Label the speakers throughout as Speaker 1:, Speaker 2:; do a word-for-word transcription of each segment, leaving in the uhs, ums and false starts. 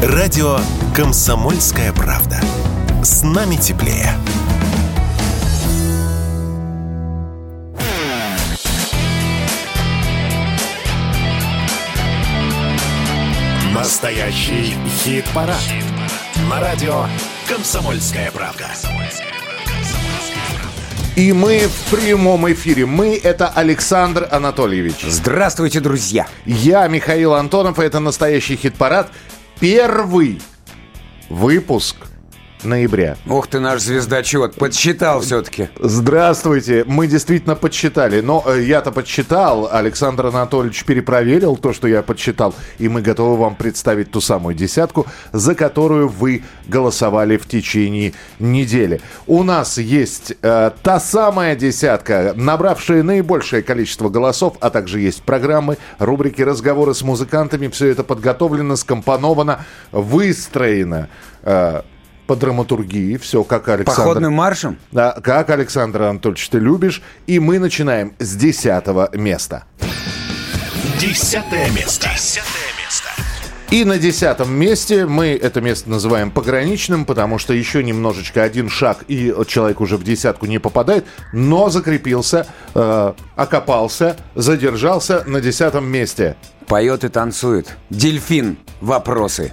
Speaker 1: Радио «Комсомольская правда». С нами теплее. Настоящий хит-парад. Хит-парад. На радио «Комсомольская правда».
Speaker 2: И мы в прямом эфире. Мы — это Александр Анатольевич.
Speaker 3: Здравствуйте, друзья.
Speaker 2: Я Михаил Антонов, и это настоящий хит-парад. Первый выпуск ноября.
Speaker 3: Ух ты, наш звездочет, подсчитал все-таки.
Speaker 2: Здравствуйте, мы действительно подсчитали. Но э, я-то подсчитал, Александр Анатольевич перепроверил то, что я подсчитал. И мы готовы вам представить ту самую десятку, за которую вы голосовали в течение недели. У нас есть э, та самая десятка, набравшая наибольшее количество голосов, а также есть программы, рубрики, разговоры с музыкантами. Все это подготовлено, скомпоновано, выстроено э, по драматургии, все как Александр...
Speaker 3: Походным маршем?
Speaker 2: Да, как Александр Анатольевич ты любишь. И мы начинаем с десятого места.
Speaker 1: Десятое место. Десятое место.
Speaker 2: И на десятом месте мы это место называем пограничным, потому что еще немножечко один шаг, и человек уже в десятку не попадает, но закрепился, э, окопался, задержался на десятом месте.
Speaker 3: Поет и танцует. Дельфин. Вопросы.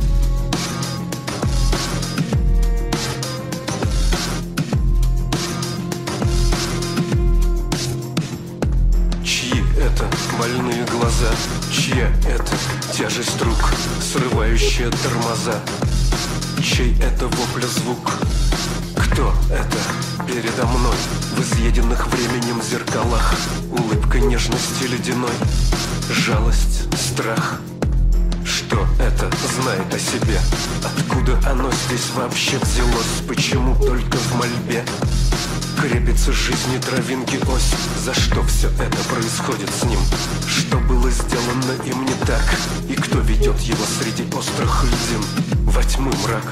Speaker 4: Больные глаза, чья это тяжесть рук, срывающая тормоза? Чей это вопля звук? Кто это передо мной? В изъеденных временем зеркалах улыбка нежности ледяной, жалость, страх. Что это знает о себе? Откуда оно здесь вообще взялось? Почему только в мольбе крепится жизни травинки ось? За что все это происходит с ним? Что было сделано им не так? И кто ведет его среди острых льдин во тьму мрак?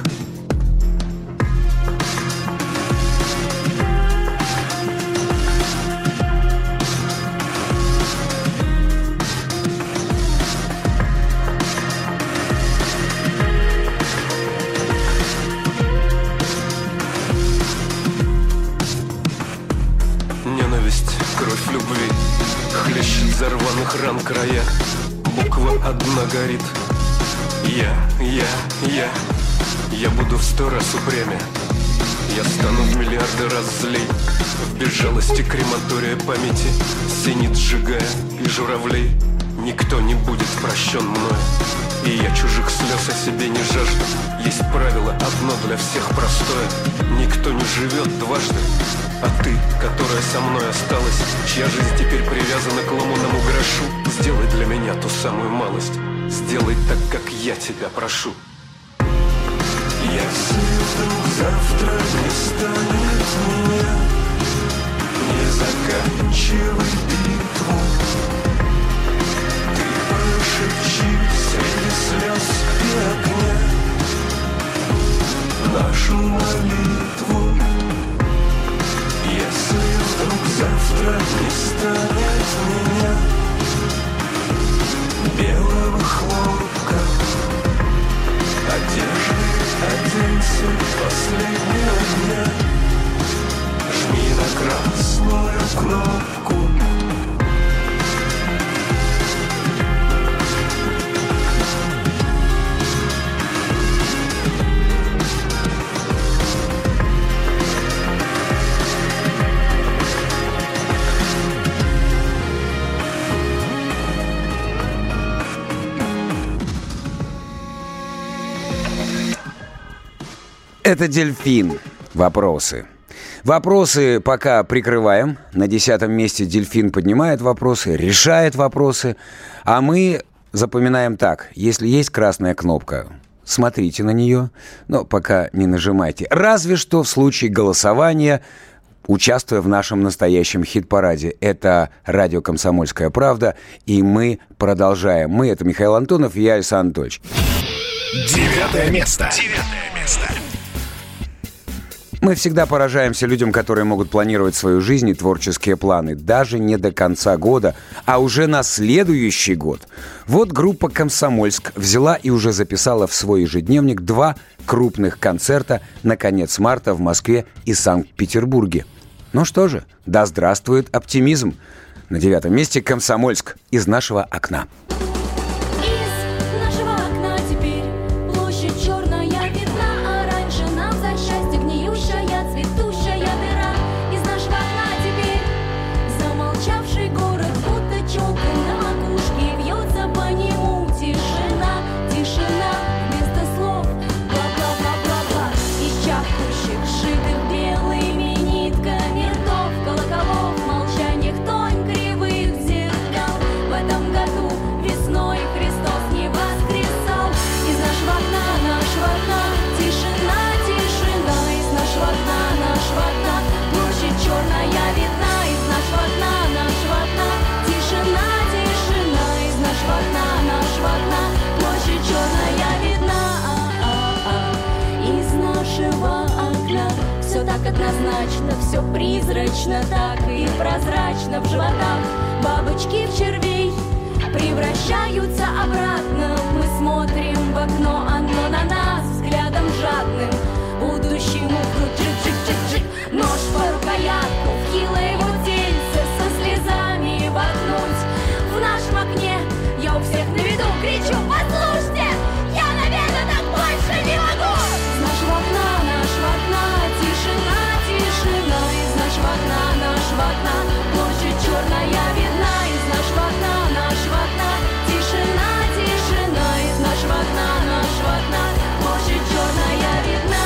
Speaker 4: Кровь любви хлещет за рваных ран края. Буква одна горит. Я, я, я Я буду в сто раз упрямее. Я стану в миллиарды раз злей. В безжалости крематория памяти синит, сжигая и журавлей. Никто не будет прощен мною, и я чужих слез о себе не жажду. Есть правило одно для всех простое: никто не живет дважды. А ты, которая со мной осталась, чья жизнь теперь привязана к ломаному грошу, сделай для меня ту самую малость. Сделай так, как я тебя прошу. Если вдруг завтра не станет меня, не заканчивай битву. Ты прошепчи среди слез и огня нашу молитву. Если вдруг завтра не станет меня, белого хлопка одежды оденься последнего дня, жми на красную кнопку.
Speaker 3: Это «Дельфин». Вопросы. Вопросы пока прикрываем. На десятом месте «Дельфин» поднимает вопросы, решает вопросы. А мы запоминаем так. Если есть красная кнопка, смотрите на нее, но пока не нажимайте. Разве что в случае голосования, участвуя в нашем настоящем хит-параде. Это радио «Комсомольская правда», и мы продолжаем. Мы — это Михаил Антонов и я, Александр Анатольевич.
Speaker 1: Девятое место. Девятое место.
Speaker 3: Мы всегда поражаемся людям, которые могут планировать свою жизнь и творческие планы даже не до конца года, а уже на следующий год. Вот группа «Комсомольск» взяла и уже записала в свой ежедневник два крупных концерта на конец марта в Москве и Санкт-Петербурге. Ну что же, да здравствует оптимизм! На девятом месте «Комсомольск» из нашего окна.
Speaker 5: Однозначно, все призрачно, так и прозрачно. В животах бабочки в червей превращаются обратно. Мы смотрим в окно, оно на нас взглядом жадным. Будущему вдруг чик-чик-чик-чик, нож по рукоятку, в хилое его тельце со слезами воткнуть. В нашем окне я у всех на виду кричу: послушайте, я, наверное, так больше не могу. С нашего окна, нашего окна тишина, тишина. Из нашего окна, нашего окна площадь черная видна. Из нашего окна, нашего окна тишина, тишина. Из нашего окна, нашего окна площадь черная видна.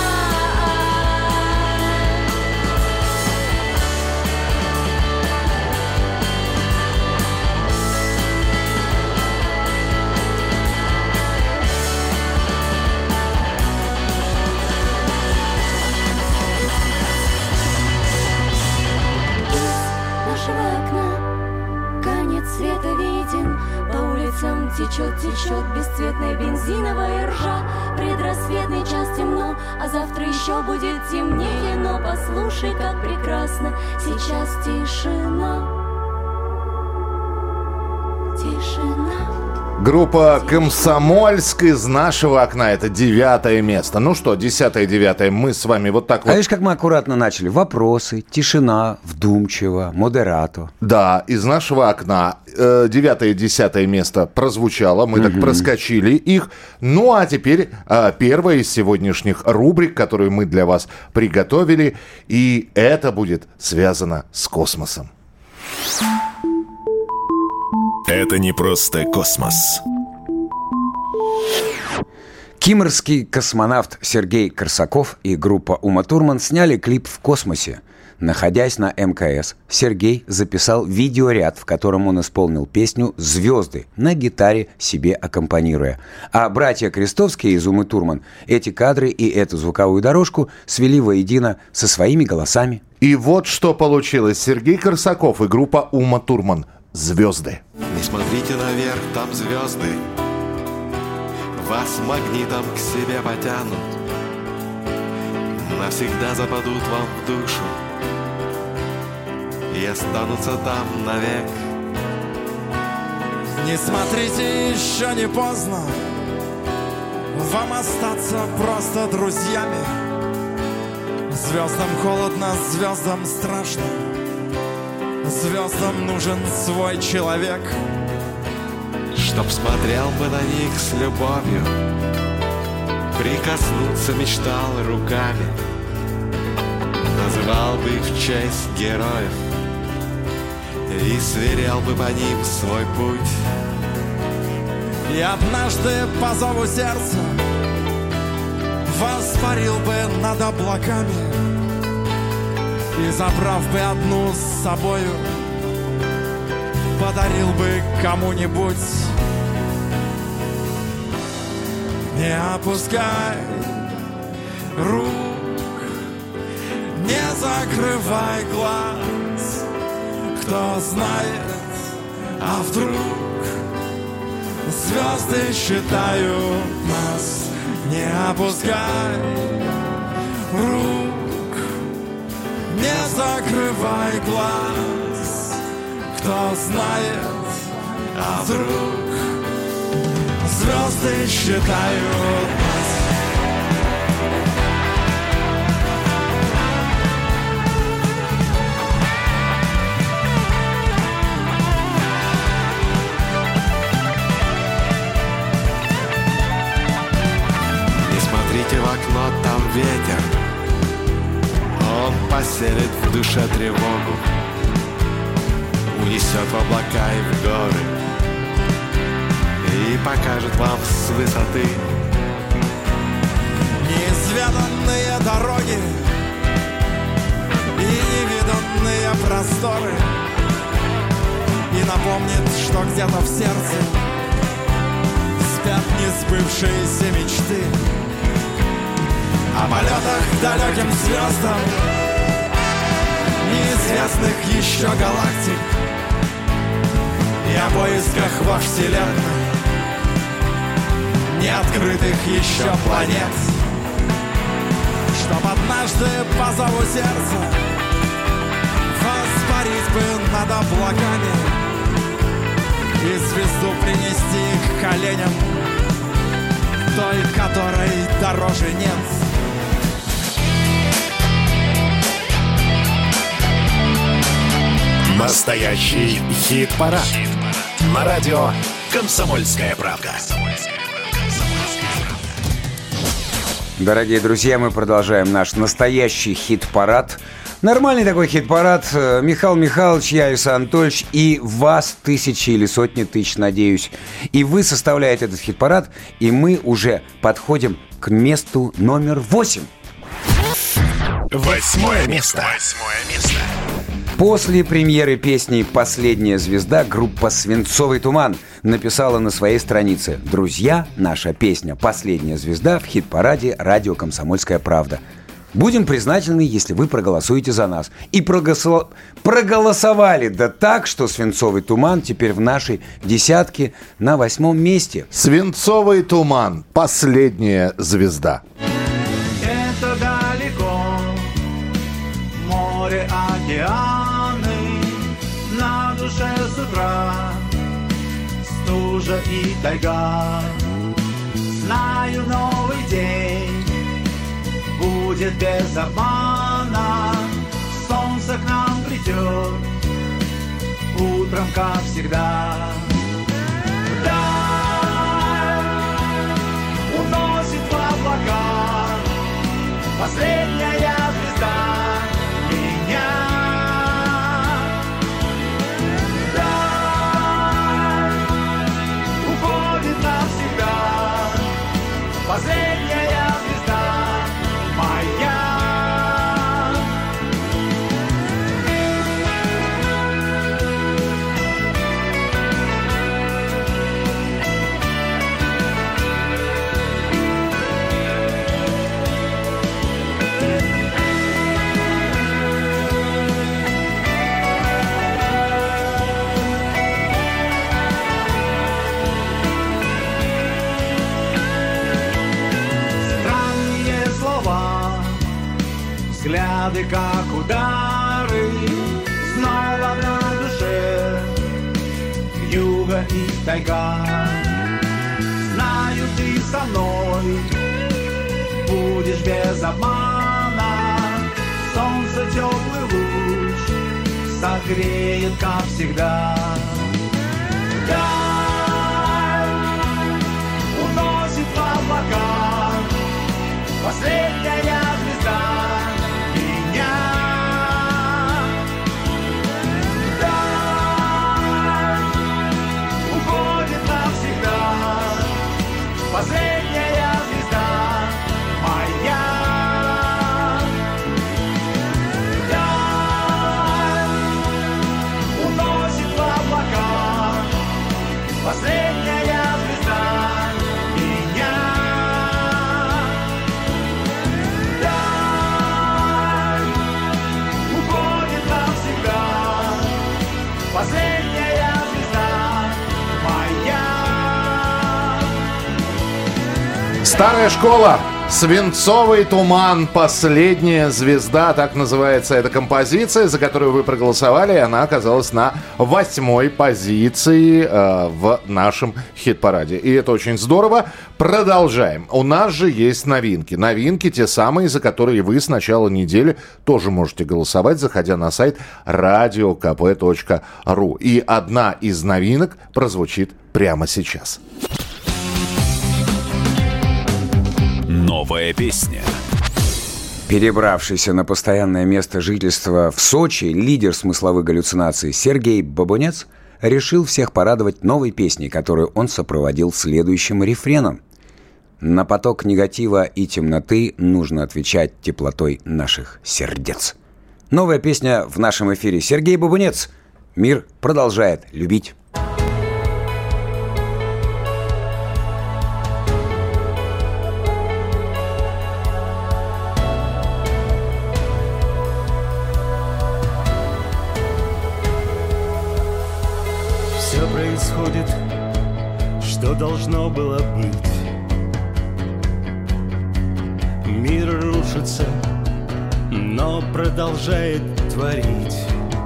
Speaker 5: Света виден, по улицам течет, течет бесцветная бензиновая ржа. Предрассветный час темно, а завтра еще будет темнее. Но послушай, как прекрасно сейчас тишина. Тишина.
Speaker 2: Группа «Комсомольск» из нашего окна. Это девятое место. Ну что, десятое, девятое. Мы с вами вот так
Speaker 3: а
Speaker 2: вот...
Speaker 3: А видишь, как мы аккуратно начали. Вопросы, тишина, вдумчиво, модерато.
Speaker 2: Да, из нашего окна. Э, девятое, десятое место прозвучало. Мы угу. так проскочили их. Ну, а теперь э, первая из сегодняшних рубрик, которую мы для вас приготовили. И это будет связано с космосом.
Speaker 1: Это не просто космос.
Speaker 3: Кимрский космонавт Сергей Корсаков и группа Ума Турман сняли клип в космосе. Находясь на эм ка эс, Сергей записал видеоряд, в котором он исполнил песню «Звезды» на гитаре, себе аккомпанируя. А братья Крестовские из Умы Турман эти кадры и эту звуковую дорожку свели воедино со своими голосами.
Speaker 2: И вот что получилось. Сергей Корсаков и группа Ума Турман. «Звезды».
Speaker 6: Не смотрите наверх, там звезды вас магнитом к себе потянут, навсегда западут вам в душу и останутся там навек.
Speaker 7: Не смотрите, еще не поздно вам остаться просто друзьями. Звездам холодно, звездам страшно, звездам нужен свой человек,
Speaker 6: чтоб смотрел бы на них с любовью, прикоснуться мечтал руками, называл бы их в честь героев и сверял бы по ним свой путь.
Speaker 7: И однажды по зову сердца воспарил бы над облаками и, забрав бы одну с собою, подарил бы кому-нибудь. Не опускай рук, не закрывай глаз. Кто знает, а вдруг звезды считают нас. Не опускай рук, Не закрывай глаз, кто знает, а вдруг звезды считают нас.
Speaker 6: Не смотрите в окно, там ветер. Он поселит в душе тревогу, унесет в облака и в горы и покажет вам с высоты
Speaker 7: неизведанные дороги и невиданные просторы, и напомнит, что где-то в сердце спят несбывшиеся мечты о полетах к далеким звездам неизвестных еще галактик и о поисках во вселенной неоткрытых еще планет, чтоб однажды по зову сердца воспарить бы над облаками и звезду принести к коленям той, которой дороже нет.
Speaker 1: Настоящий хит-парад. Хит на радио «Комсомольская правда».
Speaker 3: Дорогие друзья, мы продолжаем наш настоящий хит-парад. Нормальный такой хит-парад. Михаил Михайлович, я, Александр Анатольевич, и вас тысячи или сотни тысяч, надеюсь. И вы составляете этот хит-парад, и мы уже подходим к месту номер восемь.
Speaker 1: Восьмое место. Восьмое место.
Speaker 3: После премьеры песни «Последняя звезда» группа «Свинцовый туман» написала на своей странице: «Друзья, наша песня «Последняя звезда» в хит-параде «Радио Комсомольская правда». Будем признательны, если вы проголосуете за нас». И проголосо... проголосовали, да так, что «Свинцовый туман» теперь в нашей десятке на восьмом месте.
Speaker 2: «Свинцовый туман. Последняя звезда».
Speaker 8: Это далеко, море, океаны, на душе с утра стужа и тайга. Знаю, новый день будет без обмана, солнце к нам придет утром, как всегда. Вдаль уносит в облака последняя звезда меня. Вдаль уходит навсегда последняя звезда моя. Взгляды, как удары, снова на душе юга и тайга. Знаю, ты со мной будешь без обмана, солнце теплый луч согреет, как всегда. Даль уносит в облака последняя звезда меня. Даль уходит навсегда последняя звезда моя. Даль уносит в облака последняя звезда меня. Последняя звезда моя.
Speaker 2: Старая школа. «Свинцовый туман. Последняя звезда». Так называется эта композиция, за которую вы проголосовали. И она оказалась на восьмой позиции э, в нашем хит-параде. И это очень здорово. Продолжаем. У нас же есть новинки. Новинки те самые, за которые вы с начала недели тоже можете голосовать, заходя на сайт радио ка пэ точка ру. И одна из новинок прозвучит прямо сейчас.
Speaker 1: Новая песня.
Speaker 3: Перебравшийся на постоянное место жительства в Сочи лидер смысловых галлюцинаций Сергей Бабунец решил всех порадовать новой песней, которую он сопроводил следующим рефреном. На поток негатива и темноты нужно отвечать теплотой наших сердец. Новая песня в нашем эфире. Сергей Бабунец. Мир продолжает любить.
Speaker 9: Все происходит, что должно было быть. Мир рушится, но продолжает творить.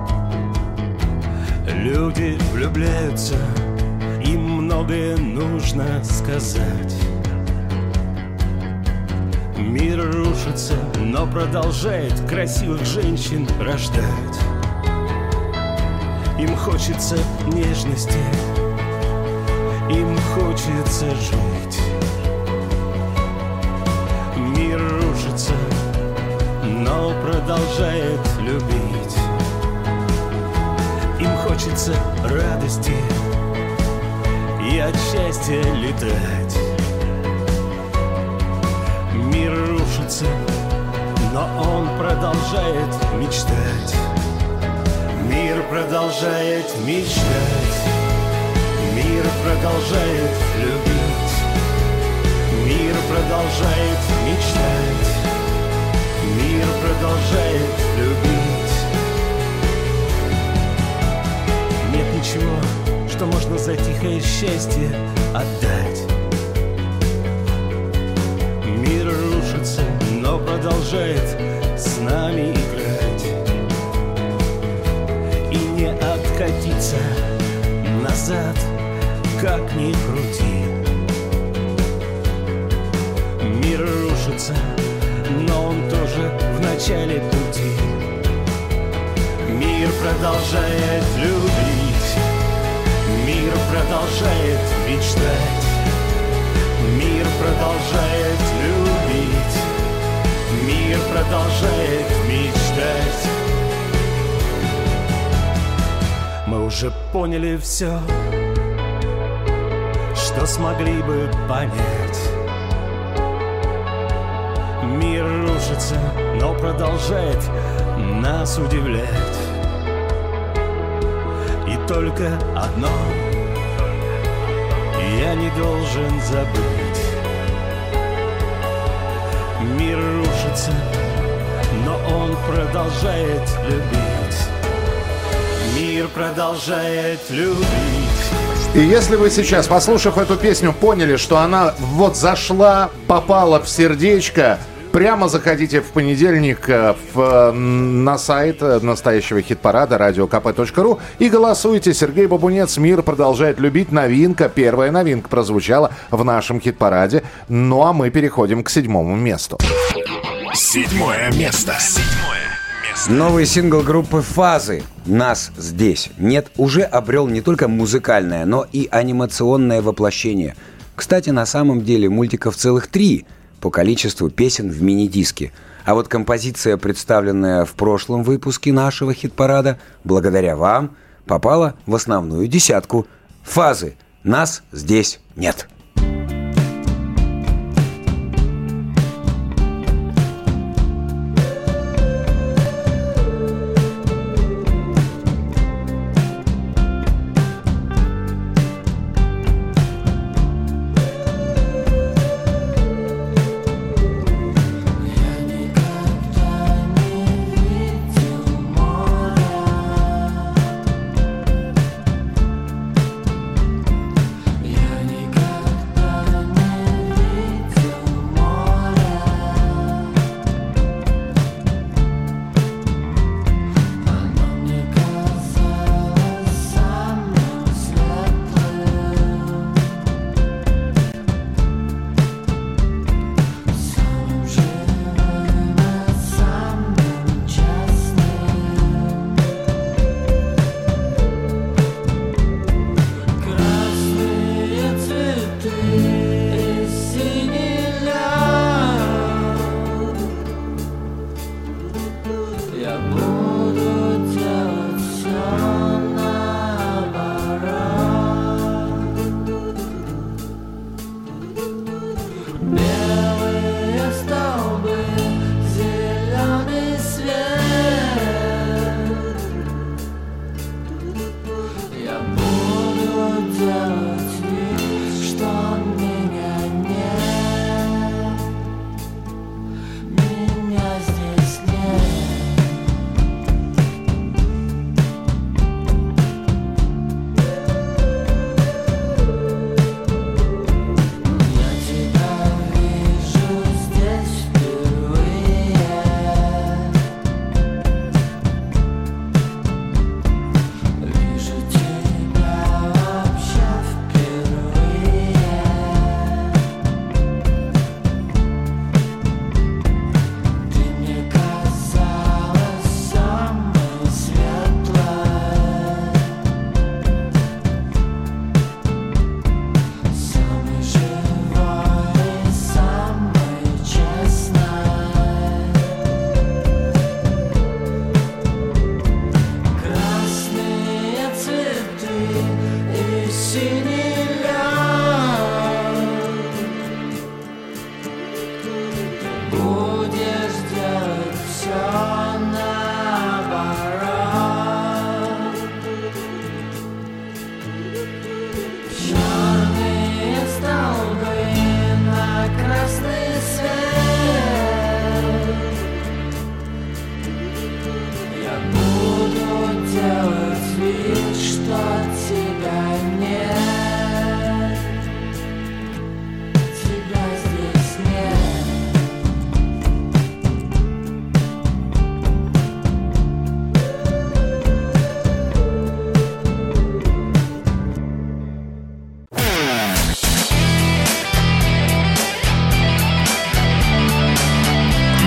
Speaker 9: Люди влюбляются, им многое нужно сказать. Мир рушится, но продолжает красивых женщин рождать. Им хочется нежности, им хочется жить. Мир рушится, но продолжает любить. Им хочется радости и от счастья летать. Мир рушится, но он продолжает мечтать. Мир продолжает мечтать, мир продолжает любить, мир продолжает мечтать, мир продолжает любить. Нет ничего, что можно за тихое счастье отдать. Мир рушится, но продолжает с нами играть. Откатиться назад, как ни крути. Мир рушится, но он тоже в начале пути. Мир продолжает любить, мир продолжает мечтать, мир продолжает любить, мир продолжает мечтать. Мы уже поняли все, что смогли бы понять. Мир рушится, но продолжает нас удивлять. И только одно я не должен забыть. Мир рушится, но он продолжает любить. Мир продолжает любить.
Speaker 2: И если вы сейчас, послушав эту песню, поняли, что она вот зашла, попала в сердечко, прямо заходите в понедельник в, на сайт настоящего хит-парада радио ка пэ точка ру и голосуйте. Сергей Бабунец, «Мир продолжает любить». Новинка, первая новинка прозвучала в нашем хит-параде. Ну а мы переходим к седьмому месту.
Speaker 1: Седьмое место. Седьмое.
Speaker 3: Новый сингл группы «Фазы» «Нас здесь нет» уже обрел не только музыкальное, но и анимационное воплощение. Кстати, на самом деле мультиков целых три по количеству песен в мини-диске. А вот композиция, представленная в прошлом выпуске нашего хит-парада, благодаря вам, попала в основную десятку. «Фазы» «Нас здесь нет».
Speaker 10: Я никогда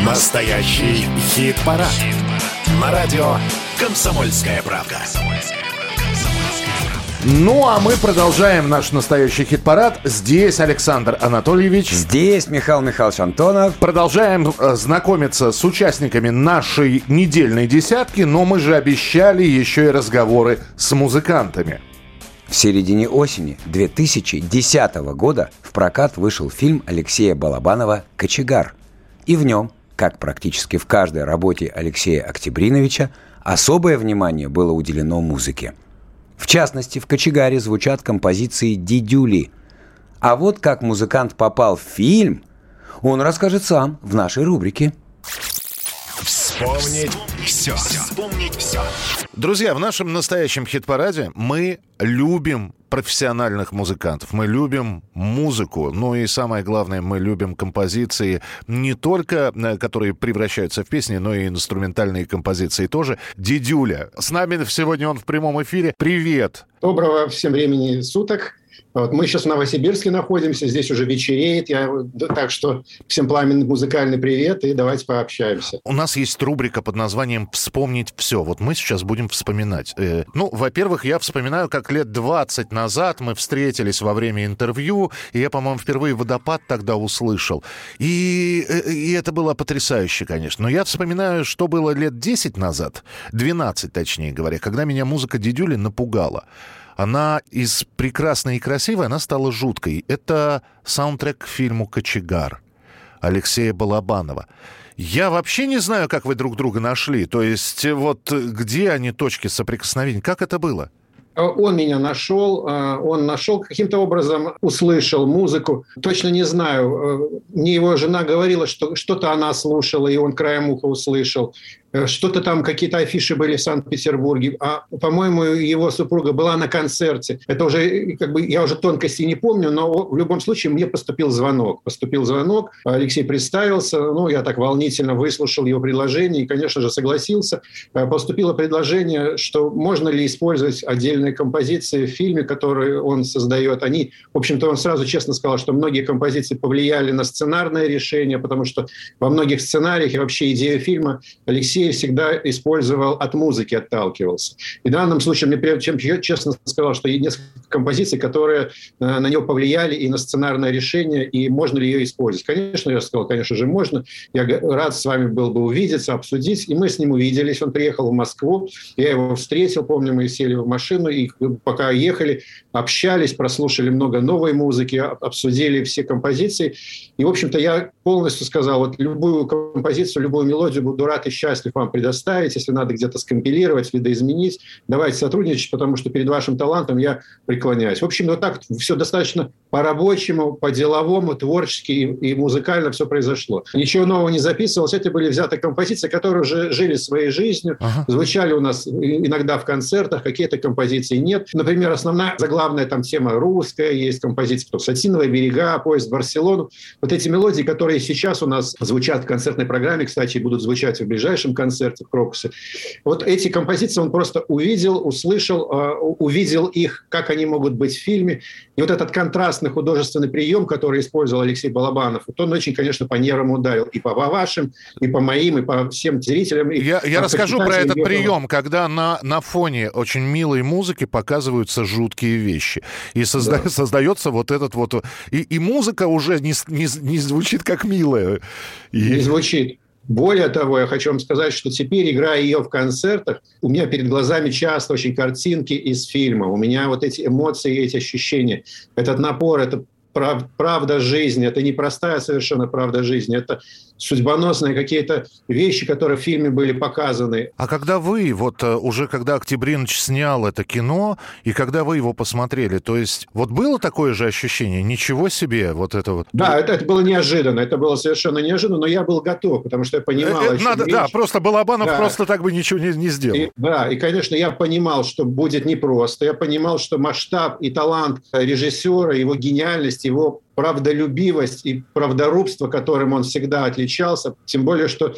Speaker 1: Настоящий хит-парад. Хит на радио «Комсомольская правда».
Speaker 2: Ну, а мы продолжаем наш настоящий хит-парад. Здесь Александр Анатольевич.
Speaker 3: Здесь Михаил Михайлович Антонов.
Speaker 2: Продолжаем э, знакомиться с участниками нашей недельной десятки, но мы же обещали еще и разговоры с музыкантами.
Speaker 3: В середине осени две тысячи десятого года в прокат вышел фильм Алексея Балабанова «Кочегар». И в нем, как практически в каждой работе Алексея Октябриновича, особое внимание было уделено музыке. В частности, в «Кочегаре» звучат композиции Дидюли. А вот как музыкант попал в фильм, он расскажет сам в нашей рубрике.
Speaker 1: Вспомнить все. Вспомнить все.
Speaker 2: Друзья, в нашем настоящем хит-параде мы любим профессиональных музыкантов, мы любим музыку, ну и самое главное, мы любим композиции не только, которые превращаются в песни, но и инструментальные композиции тоже. Дидюля. С нами сегодня он в прямом эфире. Привет!
Speaker 10: Доброго всем времени суток. Вот мы сейчас в Новосибирске находимся, здесь уже вечереет, я, так что всем пламенный музыкальный привет, и давайте пообщаемся.
Speaker 2: У нас есть рубрика под названием «Вспомнить все». Вот мы сейчас будем вспоминать. Э, ну, во-первых, я вспоминаю, как лет двадцать назад мы встретились во время интервью, и я, по-моему, впервые «Водопад» тогда услышал. И, и это было потрясающе, конечно. Но я вспоминаю, что было лет десять назад, двенадцать, точнее говоря, когда меня музыка Дидюли напугала. Она из прекрасной и красивой, она стала жуткой. Это саундтрек к фильму «Кочегар» Алексея Балабанова. Я вообще не знаю, как вы друг друга нашли. То есть вот где они, точки соприкосновения? Как это было?
Speaker 10: Он меня нашел, он нашел каким-то образом, услышал музыку. Точно не знаю. Мне его жена говорила, что что-то она слушала, и он краем уха услышал. Что-то там, какие-то афиши были в Санкт-Петербурге. А, по-моему, его супруга была на концерте. Это уже, как бы, я уже тонкости не помню, но в любом случае мне поступил звонок. Поступил звонок, Алексей представился, ну, я так волнительно выслушал его предложение и, конечно же, согласился. Поступило предложение, что можно ли использовать отдельные композиции в фильме, которые он создает. Они, в общем-то, он сразу честно сказал, что многие композиции повлияли на сценарное решение, потому что во многих сценариях и вообще идею фильма Алексей всегда использовал, от музыки отталкивался. И в данном случае мне прям честно сказал, что есть несколько композиций, которые на него повлияли и на сценарное решение, и можно ли ее использовать. Конечно, я сказал, конечно же, можно. Я рад с вами был бы увидеться, обсудить. И мы с ним увиделись. Он приехал в Москву. Я его встретил, помню, мы сели в машину, и пока ехали, общались, прослушали много новой музыки, обсудили все композиции. И, в общем-то, я полностью сказал, вот любую композицию, любую мелодию буду рад и счастлив вам предоставить, если надо где-то скомпилировать, видоизменить, давайте сотрудничать, потому что перед вашим талантом я преклоняюсь. В общем, вот так все достаточно по-рабочему, по-деловому, творчески и, и музыкально все произошло. Ничего нового не записывалось, это были взяты композиции, которые уже жили своей жизнью, ага. Звучали у нас иногда в концертах, какие-то композиции нет. Например, основная заглавная там тема русская, есть композиции, кто «Сатиновые берега», «Поезд в Барселону». Вот эти мелодии, которые сейчас у нас звучат в концертной программе, кстати, будут звучать в ближайшем концерте в Крокусе. Вот эти композиции он просто увидел, услышал, увидел их, как они могут быть в фильме. И вот этот контрастный художественный прием, который использовал Алексей Балабанов, вот он очень, конечно, по нервам ударил. И по вашим, и по моим, и по всем зрителям.
Speaker 2: Я, я расскажу про этот этого. прием, когда на, на фоне очень милой музыки показываются жуткие вещи. И созда, да. создается вот этот вот... И, и музыка уже не, не, не звучит как милая. И...
Speaker 10: Не звучит. Более того, я хочу вам сказать, что теперь, играя ее в концертах, у меня перед глазами часто очень картинки из фильма. У меня вот эти эмоции, эти ощущения, этот напор, это прав, правда жизни, это не простая совершенно правда жизни, это судьбоносные какие-то вещи, которые в фильме были показаны.
Speaker 2: А когда вы, вот уже когда Октябринович снял это кино, и когда вы его посмотрели, то есть вот было такое же ощущение? Ничего себе, вот это вот.
Speaker 10: Да, это, это было неожиданно, это было совершенно неожиданно, но я был готов, потому что я понимал...
Speaker 2: Это надо, да, просто Балабанов
Speaker 10: да.
Speaker 2: просто так бы ничего не, не сделал.
Speaker 10: И, да, и, конечно, я понимал, что будет непросто, я понимал, что масштаб и талант режиссера, его гениальность, его правдолюбивость и правдорубство, которым он всегда отличался, тем более, что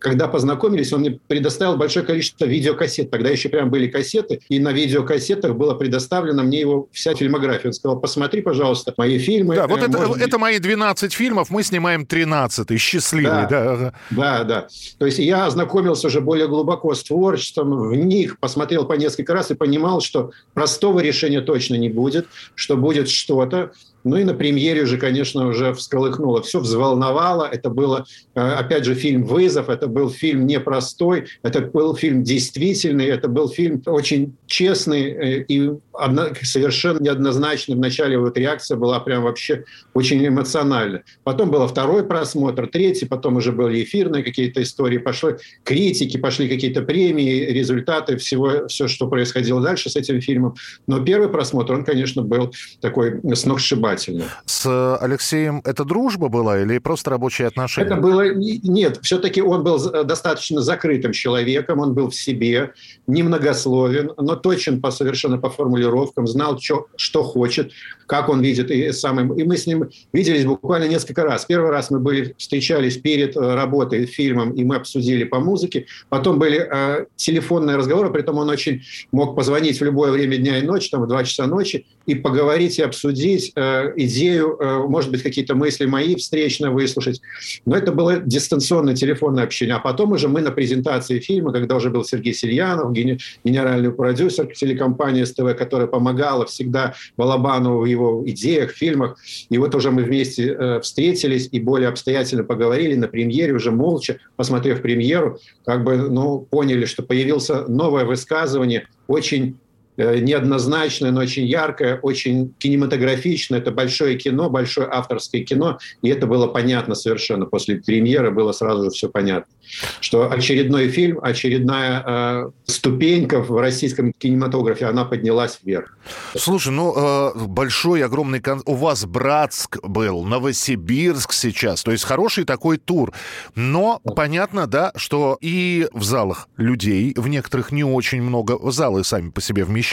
Speaker 10: когда познакомились, он мне предоставил большое количество видеокассет. Тогда еще прям были кассеты, и на видеокассетах было предоставлено мне его вся фильмография. Он сказал, посмотри, пожалуйста, мои фильмы.
Speaker 2: Да, вот
Speaker 10: э,
Speaker 2: это,
Speaker 10: быть...
Speaker 2: это мои двенадцать фильмов, мы снимаем тринадцатый, счастливый.
Speaker 10: Да,
Speaker 2: да.
Speaker 10: да, да. То есть я ознакомился уже более глубоко с творчеством, в них посмотрел по несколько раз и понимал, что простого решения точно не будет, что будет что-то. Ну и на премьере уже, конечно, уже всколыхнуло, все взволновало. Это было, опять же, фильм «Вызов», это был фильм непростой, это был фильм действительный, это был фильм очень честный и совершенно неоднозначный. Вначале вот реакция была прям вообще очень эмоциональная. Потом был второй просмотр, третий, потом уже были эфирные какие-то истории, пошли критики, пошли какие-то премии, результаты всего, все, что происходило дальше с этим фильмом. Но первый просмотр, он, конечно, был такой сногсшибательный.
Speaker 2: С Алексеем это дружба была или просто рабочие отношения?
Speaker 10: Это было... Нет, все-таки он был достаточно закрытым человеком, он был в себе, немногословен, но точен по, совершенно по формулировкам, знал, что, что хочет, как он видит. И, самым... и мы с ним виделись буквально несколько раз. Первый раз мы были, встречались перед работой, фильмом, и мы обсудили по музыке. Потом были э, телефонные разговоры, при этом он очень мог позвонить в любое время дня и ночи, там в два часа ночи, и поговорить, и обсудить э, идею, э, может быть, какие-то мысли мои встречно выслушать. Но это было дистанционное телефонное общение. А потом уже мы на презентации фильма, когда уже был Сергей Сельянов, генеральный продюсер телекомпании СТВ, которая помогала всегда Балабанову в его идеях, фильмах. И вот уже мы вместе э, встретились и более обстоятельно поговорили на премьере, уже молча, посмотрев премьеру, как бы, ну, поняли, что появилось новое высказывание, очень неоднозначное, но очень яркое, очень кинематографичное. Это большое кино, большое авторское кино. И это было понятно совершенно. После премьеры было сразу же все понятно. Что очередной фильм, очередная э, ступенька в российском кинематографе, она поднялась вверх.
Speaker 2: Слушай, ну, э, большой, огромный... Кон... У вас Братск был, Новосибирск сейчас. То есть хороший такой тур. Но да. Понятно, да, что и в залах людей, в некоторых не очень много. Залы сами по себе вмещают.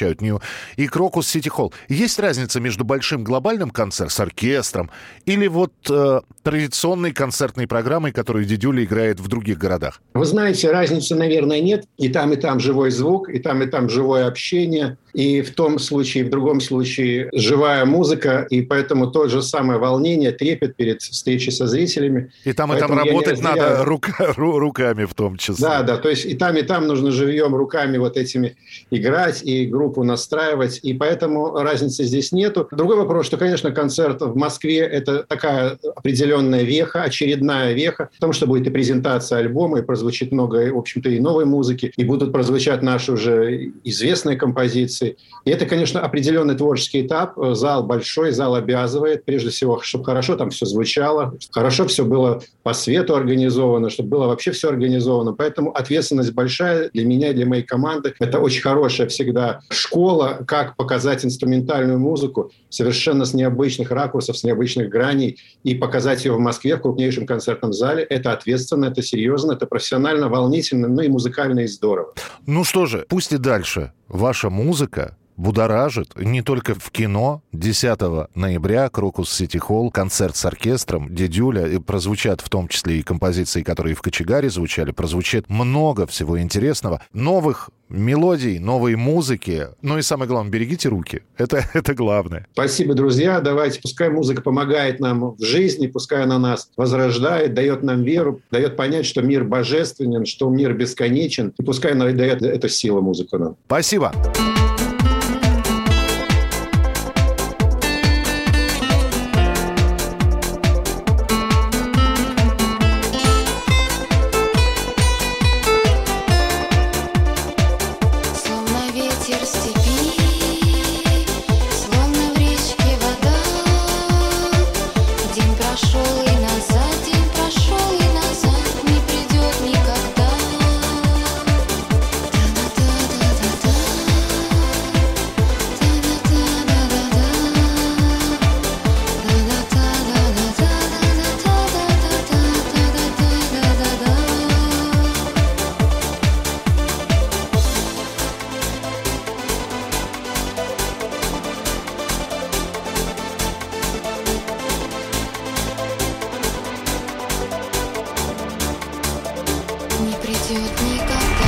Speaker 2: И Крокус Сити Холл. Есть разница между большим глобальным концертом с оркестром или вот э, традиционной концертной программой, которую Дидюля играет в других городах?
Speaker 10: Вы знаете, разницы, наверное, нет. И там, и там живой звук, и там, и там живое общение. И в том случае, и в другом случае живая музыка. И поэтому то же самое волнение, трепет перед встречей со зрителями.
Speaker 2: И там,
Speaker 10: поэтому
Speaker 2: и там работать
Speaker 10: не...
Speaker 2: надо рука, ру, руками в том числе.
Speaker 10: Да, да. То есть и там, и там нужно живьем руками вот этими играть и группу настраивать. И поэтому разницы здесь нету. Другой вопрос, что, конечно, концерт в Москве – это такая определенная веха, очередная веха. Потому что будет и презентация альбома, и прозвучит много, в общем-то, и новой музыки, и будут прозвучать наши уже известные композиции. И это, конечно, определенный творческий этап. Зал большой, зал обязывает, прежде всего, чтобы хорошо там все звучало, хорошо все было по свету организовано, чтобы было вообще все организовано. Поэтому ответственность большая для меня и для моей команды. Это очень хорошая всегда школа, как показать инструментальную музыку совершенно с необычных ракурсов, с необычных граней, и показать ее в Москве в крупнейшем концертном зале. Это ответственно, это серьезно, это профессионально, волнительно, ну и музыкально, и здорово.
Speaker 2: Ну что же, пусть и дальше ваша музыка будоражит не только в кино. десятого ноября Крокус Сити Холл, концерт с оркестром, Дидюля, и прозвучат в том числе и композиции, которые в Кочегаре звучали, прозвучит много всего интересного, новых мелодий, новой музыки. Ну и самое главное, берегите руки. Это, это главное.
Speaker 10: Спасибо, друзья. Давайте, пускай музыка помогает нам в жизни, пускай она нас возрождает, дает нам веру, дает понять, что мир божественен, что мир бесконечен. И пускай она дает эту силу музыку нам.
Speaker 2: Спасибо.
Speaker 11: пройдет никогда.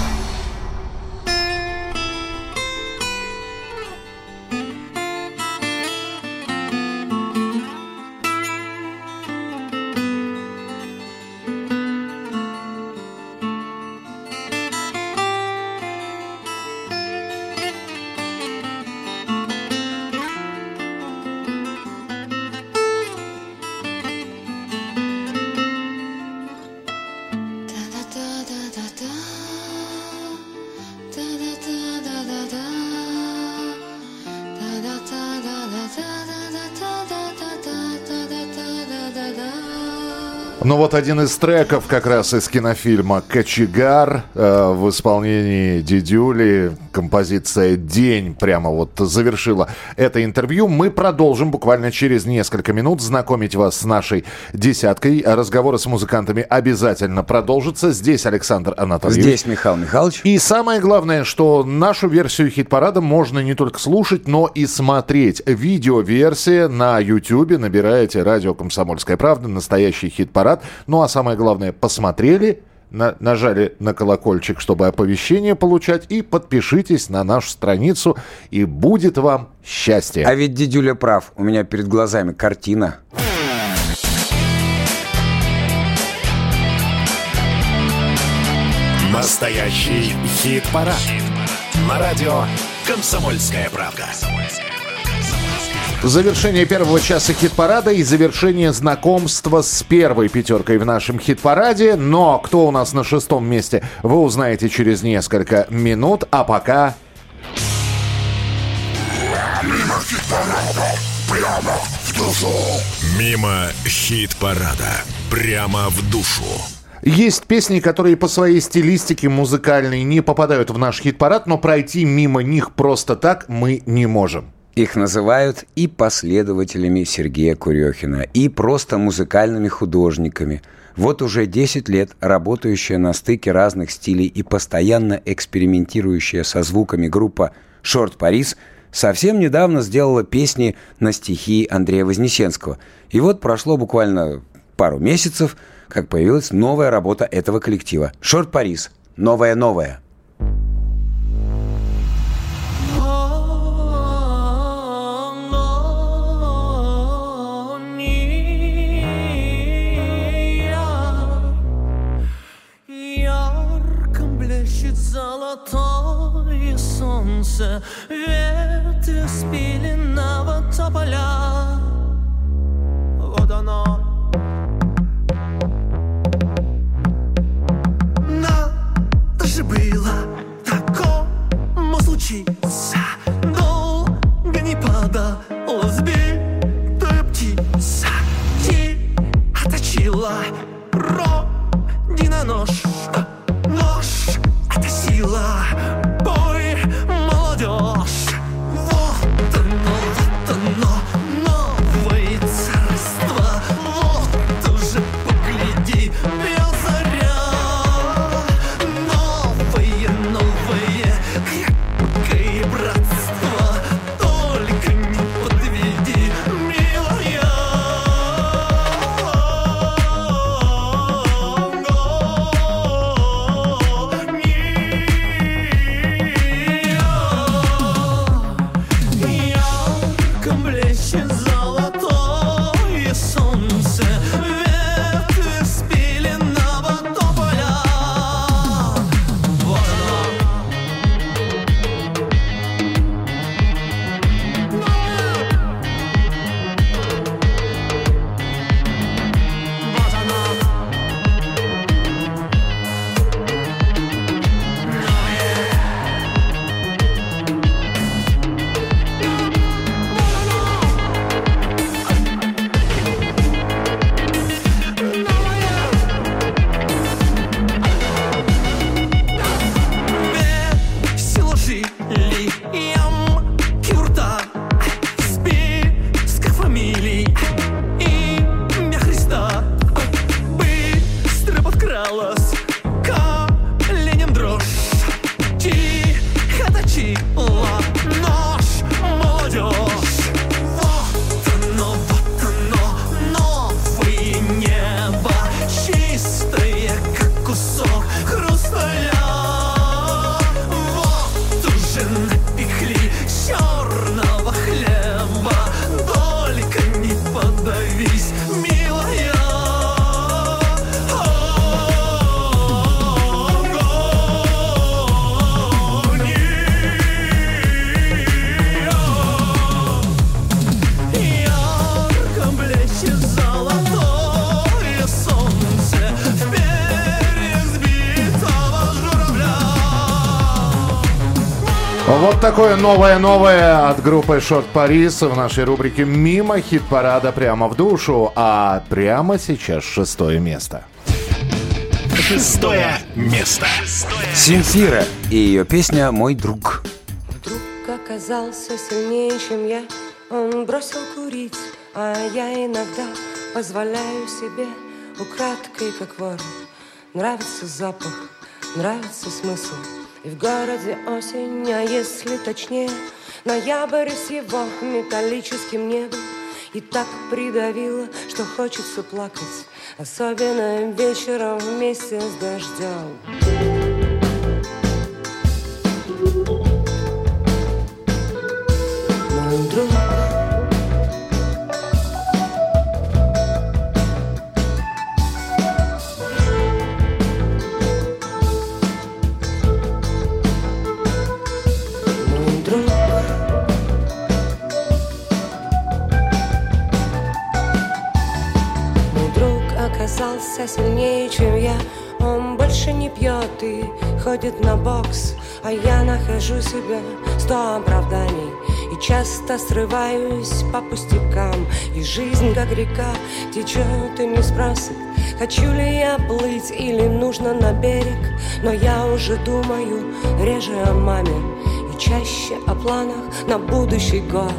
Speaker 2: Ну вот один из треков как раз из кинофильма «Кочегар» э, в исполнении Дидюли. Композиция «День» прямо вот завершила это интервью. Мы продолжим буквально через несколько минут знакомить вас с нашей десяткой. Разговоры с музыкантами обязательно продолжатся. Здесь Александр Анатольевич.
Speaker 3: Здесь Михаил Михайлович.
Speaker 2: И самое главное, что нашу версию хит-парада можно не только слушать, но и смотреть. Видеоверсия на Ютьюбе. Набираете «Радио Комсомольская правда», настоящий хит-парад. Ну а самое главное, посмотрели, на, нажали на колокольчик, чтобы оповещение получать, и подпишитесь на нашу страницу, и будет вам счастье.
Speaker 3: А ведь Дидюля прав, у меня перед глазами картина.
Speaker 1: Настоящий хит-парад. Хит-парад. На радио «Комсомольская правда».
Speaker 2: Завершение первого часа хит-парада и завершение знакомства с первой пятеркой в нашем хит-параде. Но кто у нас на шестом месте, вы узнаете через несколько минут. А пока...
Speaker 1: Мимо хит-парада, прямо в душу. Мимо хит-парада, прямо в душу.
Speaker 2: Есть песни, которые по своей стилистике музыкальной не попадают в наш хит-парад, но пройти мимо них просто так мы не можем.
Speaker 3: Их называют и последователями Сергея Курехина, и просто музыкальными художниками. Вот уже десять лет работающая на стыке разных стилей и постоянно экспериментирующая со звуками группа «Шорт Парис» совсем недавно сделала песни на стихи Андрея Вознесенского. И вот прошло буквально пару месяцев, как появилась новая работа этого коллектива. «Шорт Парис. Новая-новая».
Speaker 12: Золотое солнце, ветви спиленного тополя. Вот оно. Надо же было такому случиться. Долго не падала сбитая птица. Тихо точила родина нож. Нож — это сила, бой, молодежь. Вот оно, вот оно, новое царство. Вот уже погляди, бел заря. Новое, новое, крепкое братство. Только не подведи, милая.
Speaker 2: Вот такое новое-новое от группы Short Paris в нашей рубрике «Мимо хит-парада прямо в душу». А прямо сейчас шестое место.
Speaker 1: Шестое место.
Speaker 3: Земфира и ее песня «Мой друг».
Speaker 11: Друг оказался сильнее, чем я. Он бросил курить, а я иногда позволяю себе украдкой, как вор. Нравится запах, нравится смысл. И в городе осень, а если точнее, ноябрь с его металлическим небом. И так придавило, что хочется плакать, особенно вечером вместе с дождем. Мой друг. Оказался сильнее, чем я. Он больше не пьет и ходит на бокс, а я нахожу себе сто оправданий и часто срываюсь по пустякам. И жизнь, как река, течет и не спросит, хочу ли я плыть или нужно на берег. Но я уже думаю реже о маме и чаще о планах на будущий год.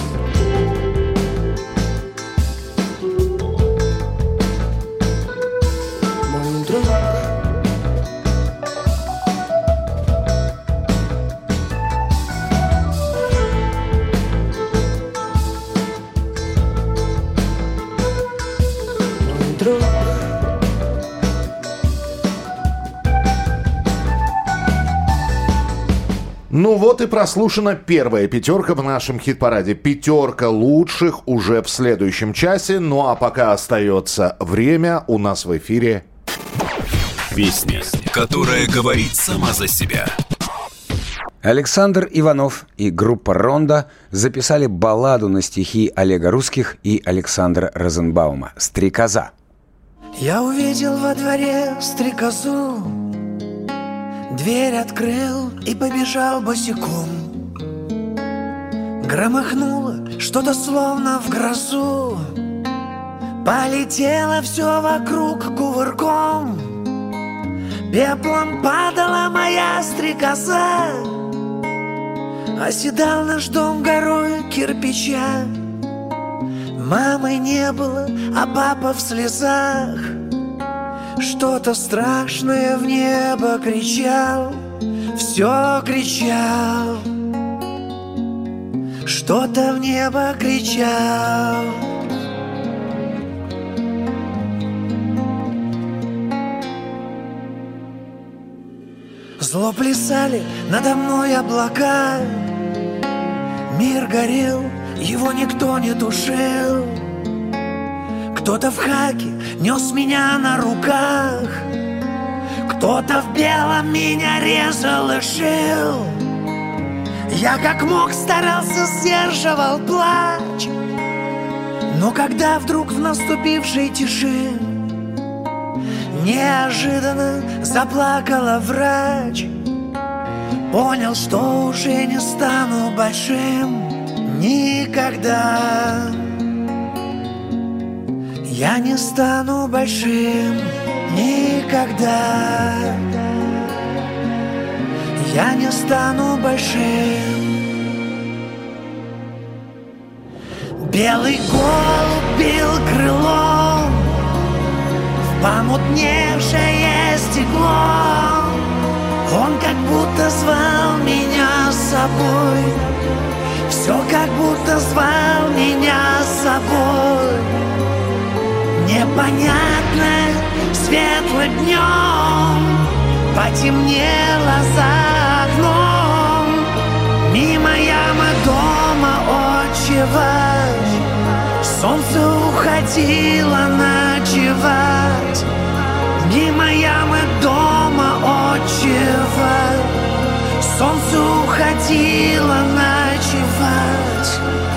Speaker 2: Ну вот и прослушана первая пятерка в нашем хит-параде. Пятерка лучших уже в следующем часе. Ну а пока остается время, у нас в эфире
Speaker 1: песня, которая говорит сама за себя.
Speaker 3: Александр Иванов и группа «Рондо» записали балладу на стихи Олега Русских и Александра Розенбаума «Стрекоза».
Speaker 12: Я увидел во дворе стрекозу, дверь открыл и побежал босиком. Громыхнуло что-то словно в грозу, полетело все вокруг кувырком. Пеплом падала моя стрекоза, оседал наш дом горой кирпича. Мамы не было, а папа в слезах что-то страшное в небо кричал, все кричал, что-то в небо кричал. Зло плясали надо мной облака, мир горел, его никто не тушил. Кто-то в хаке нес меня на руках, кто-то в белом меня резал и шил. Я как мог старался, сдерживал плач, но когда вдруг в наступившей тиши неожиданно заплакала врач, понял, что уже не стану большим никогда. Я не стану большим никогда. Я не стану большим. Белый голубь бил крылом в помутневшее стекло. Он как будто звал меня с собой, все как будто звал меня с собой. Непонятно, светлым днем потемнело за окном. Мимо ямы дома отчего солнце уходило ночевать. Мимо ямы дома отчего солнце уходило ночевать.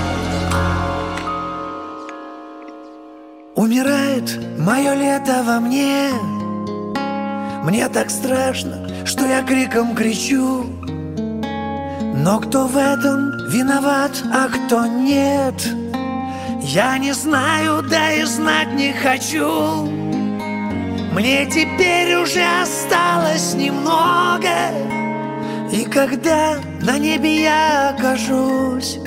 Speaker 12: Умирает мое лето во мне, мне так страшно, что я криком кричу. Но кто в этом виноват, а кто нет, я не знаю, да и знать не хочу. Мне теперь уже осталось немного, и когда на небе я окажусь,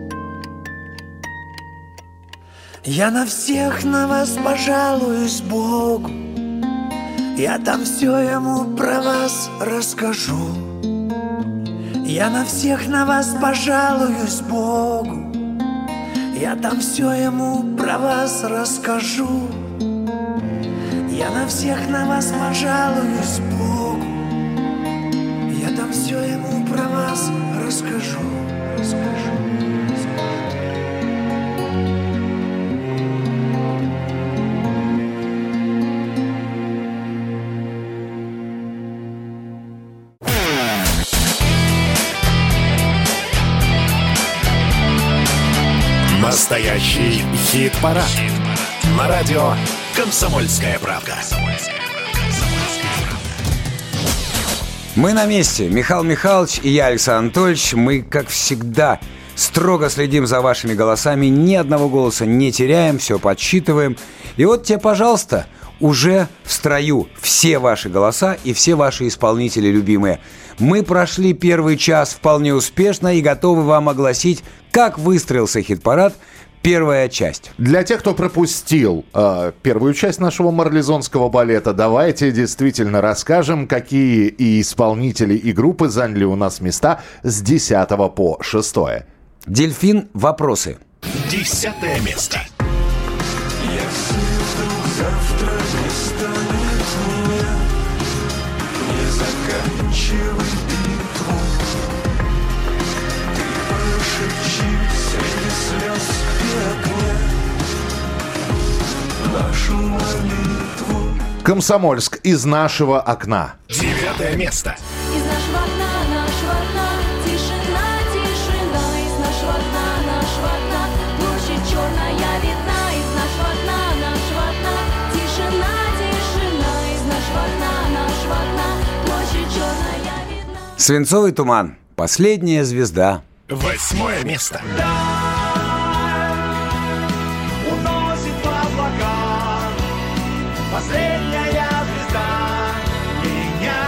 Speaker 12: я на всех на вас пожалуюсь Богу. Я там все ему про вас расскажу. Я на всех на вас пожалуюсь Богу. Я там все ему про вас расскажу. Я на всех на вас пожалуюсь Богу. Я там все ему про вас расскажу. Расскажу.
Speaker 1: Настоящий хит-парад. Хит на радио «Комсомольская правда».
Speaker 3: Мы на месте. Михаил Михайлович и я, Александр Анатольевич. Мы, как всегда, строго следим за вашими голосами. Ни одного голоса не теряем, все подсчитываем. И вот тебе, пожалуйста, уже в строю все ваши голоса и все ваши исполнители любимые. Мы прошли первый час вполне успешно и готовы вам огласить, как выстроился хит-парад. Первая часть.
Speaker 2: Для тех, кто пропустил э, первую часть нашего марлезонского балета, давайте действительно расскажем, какие и исполнители, и группы заняли у нас места с десятого по шестое.
Speaker 3: Дельфин. Вопросы.
Speaker 1: Десятое место.
Speaker 2: Комсомольск. Из нашего окна.
Speaker 1: Девятое место.
Speaker 5: Из нашего окна, нашего окна, тишина, тишина. Из нашего окна, нашего окна, площадь черная видна. Из нашего окна, нашего окна, тишина, тишина. Из нашего окна, нашего окна, площадь черная видна.
Speaker 3: Свинцовый туман. Последняя звезда.
Speaker 1: Восьмое место.
Speaker 8: Уносит в облака последняя звезда меня.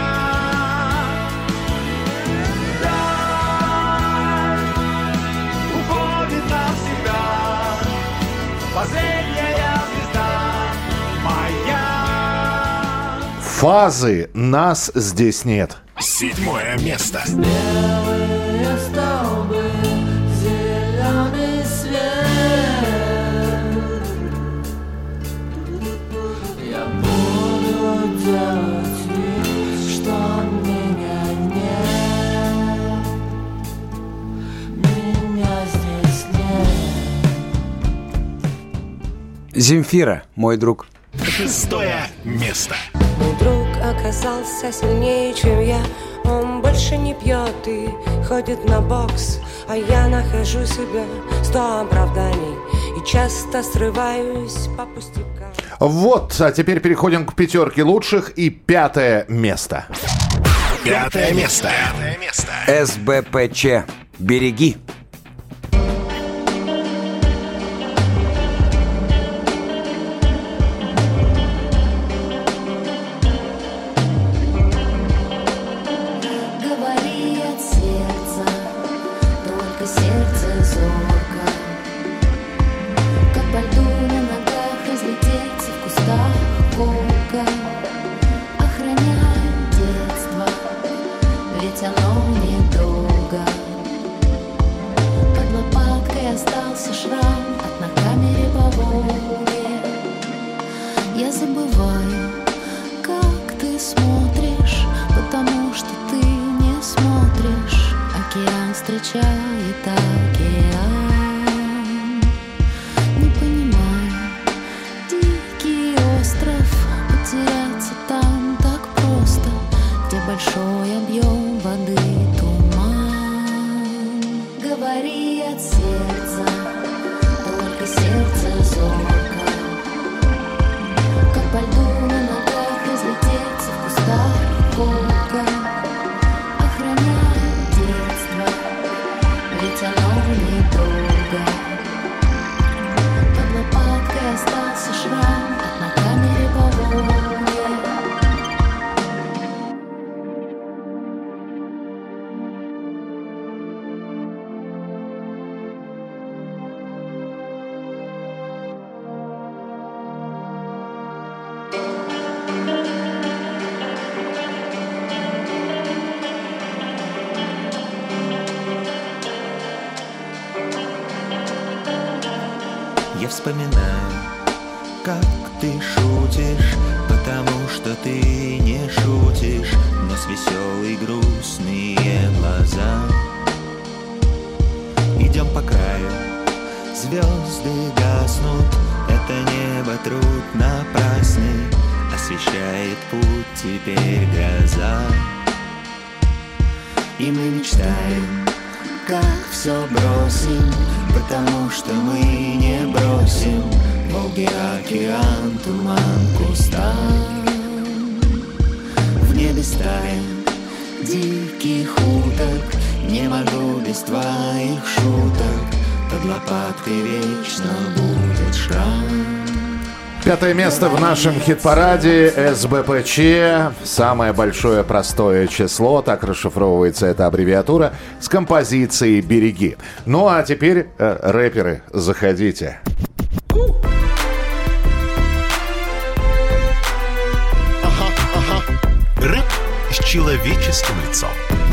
Speaker 8: Да, уходит навсегда последняя звезда моя.
Speaker 2: Фазы. Нас здесь нет.
Speaker 1: Седьмое место.
Speaker 5: Белые столбы, зеленый свет. Я буду делать вид, что меня нет. Меня здесь нет.
Speaker 3: Земфира. Мой друг.
Speaker 1: Шестое место.
Speaker 11: Мой друг оказался сильнее, чем я. Он больше не пьет и ходит на бокс, а я нахожу себя сто оправданий и часто срываюсь по пустякам.
Speaker 2: Вот, а теперь переходим к пятерке лучших и пятое место.
Speaker 1: Пятое место. Пятое место.
Speaker 3: эс бэ пэ че. Береги.
Speaker 5: Говори от сердца, только сердце зорко. Как по льду на ногах разлететься в кустах волка. Охраняй детство, ведь оно недолго. Под лопаткой остался шрам от накамере по Волге. Я забываю, как ты смотришь, потому что ты не смотришь. Океан встречает океан. Не понимаю, дикий остров, потеряться там так просто, где большой объем воды, туман. Говори от сердца, только сердце зорко. Как по льду на ногах разлететься в кустах волка. Охраняй детство,
Speaker 13: вспоминаю, как ты шутишь, потому что ты не шутишь, но с веселые грустные глаза. Идем по краю, звезды гаснут, это небо труд напрасный, освещает путь теперь гроза. И мы мечтаем, как все бросим, потому что мы не бросим Волги, океан, туман, кустам. В небе стая диких уток, не могу без твоих шуток, под лопаткой вечно будет шрам.
Speaker 2: Пятое место в нашем хит-параде эс бэ пэ че. Самое большое простое число, так расшифровывается эта аббревиатура, с композицией «Береги». Ну а теперь, э, рэперы, заходите.
Speaker 1: Ага, ага. Рэп с человеческим лицом.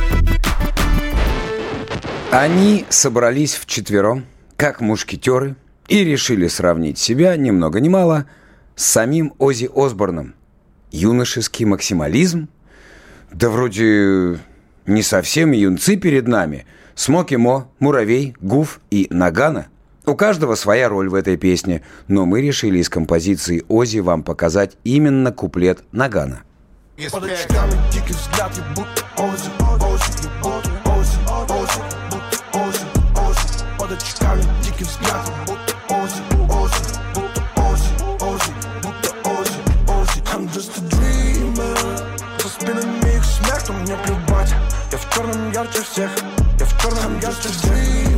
Speaker 3: Они собрались вчетвером, как мушкетеры, и решили сравнить себя, ни много ни мало, с самим Оззи Осборном. Юношеский максимализм? Да вроде не совсем юнцы перед нами. Смоки Мо, Муравей, Гуф и Нагано. У каждого своя роль в этой песне, но мы решили из композиции Оззи вам показать именно куплет Нагано.
Speaker 14: Под очками дикий взгляд, я будто Оззи, Оззи, я будто Оззи, Оззи, будто Оззи, Оззи. Под очками дикий взгляд, я будто Оззи, Оззи, будто Оззи, Оззи, будто Оззи, Оззи. I'm just a dreamer. За спинами их смех, но мне плевать. Я в черном ярче всех, я в черном ярче всех.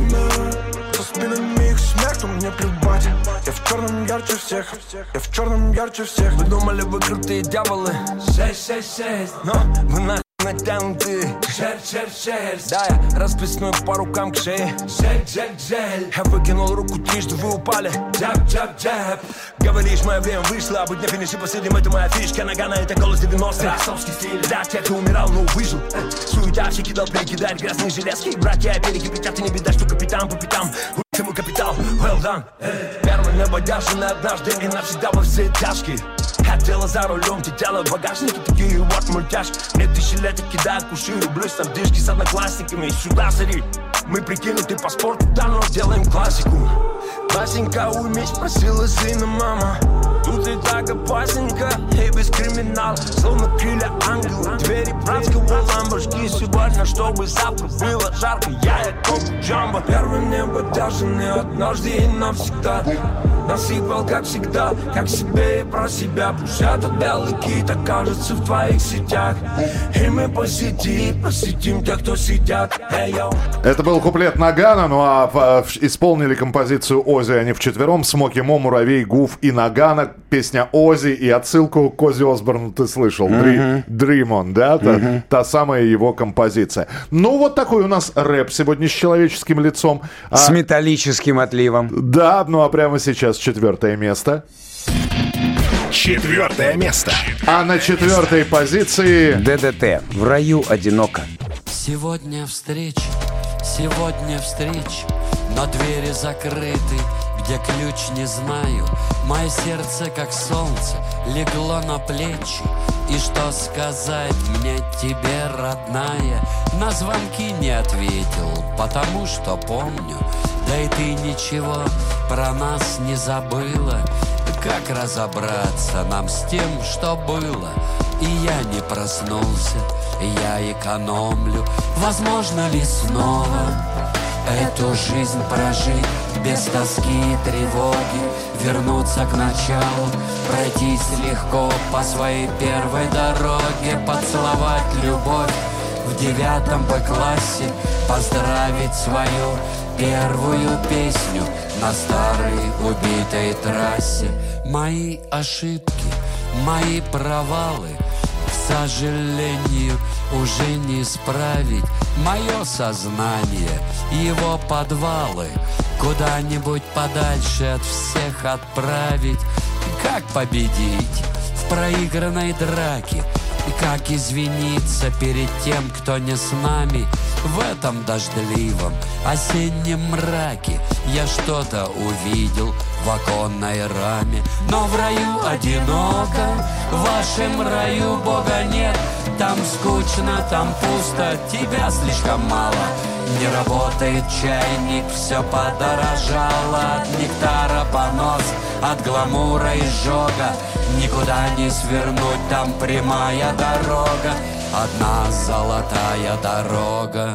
Speaker 14: За спинами их смех, но мне плевать. Я в черном ярче всех, я в черном ярче всех. Вы думали, вы крутые дьяволы? Шесть, шесть, шесть. Но вы нахуй натянутые. Шерсть, шерсть, шерсть. Да, я расписную по рукам к шее. Жель, жель, жель. Я выкинул руку трижды, вы упали. Джаб, джаб, джаб. Говоришь, мое время вышло, а быть на финише последним, это моя фишка. Нагано, это голос девяностых. Расовский стиль. Да, те, кто умирал, но выжил. Суета, все кидал, прикидать грязные железки. Братья, перекипятят, и не беда, что капитан по пятам. Ему капитал, well done. Первый небодяженный однажды и навсегда во все тяжкие. Хотела за рулем, ты делала в багажнике, такие вот мультяшки. Мне тысячи лет и кидают куши, рублюсь там дышки с одноклассниками. И сюда зри, мы прикинуты по спорту, да, но делаем классику. Васенька, уймись, просила сына мама. Тут и так опасненько, и без криминала, словно крылья ангела. Двери братского ламборджини сегодня, чтобы завтра было жарко. Я я коп джамбо. Первый небодяженный однажды и навсегда. Насыпал, как всегда, как себе и про себя. Пусть этот белый кит окажется в твоих сетях. И мы посетим, посетим тех, кто сидят. Hey,
Speaker 2: это был куплет Нагано, ну а в, в, исполнили композицию Оззи они вчетвером. Смоки Мо, Муравей, Гуф и Нагано. Песня Оззи и отсылку к Оззи Осборну ты слышал. Mm-hmm. Dream On, да? Mm-hmm. Та, та самая его композиция. Ну вот такой у нас рэп сегодня с человеческим лицом.
Speaker 3: С
Speaker 2: а,
Speaker 3: металлическим отливом.
Speaker 2: Да, ну а прямо сейчас четвертое место.
Speaker 1: Четвертое место.
Speaker 2: А на четвертой позиции
Speaker 3: дэ дэ тэ. В раю одиноко.
Speaker 15: Сегодня встреча, сегодня встреча, но двери закрыты, где ключ не знаю. Мое сердце, как солнце, легло на плечи. И что сказать мне тебе, родная? На звонки не ответил, потому что помню. Да и ты ничего про нас не забыла. Как разобраться нам с тем, что было? И я не проснулся, я экономлю. Возможно ли снова эту жизнь прожить без тоски и тревоги, вернуться к началу, пройтись легко по своей первой дороге, поцеловать любовь в девятом Б-классе, поздравить свою первую песню на старой убитой трассе. Мои ошибки, мои провалы, к сожалению, уже не исправить. Мое сознание, его подвалы куда-нибудь подальше от всех отправить. Как победить в проигранной драке? И как извиниться перед тем, кто не с нами? В этом дождливом осеннем мраке я что-то увидел в оконной раме. Но в раю одиноко, в вашем раю Бога нет. Там скучно, там пусто, тебя слишком мало. Не работает чайник, все подорожало. От нектара понос, от гламура изжога. Никуда не свернуть, там прямая дорога. Одна золотая дорога.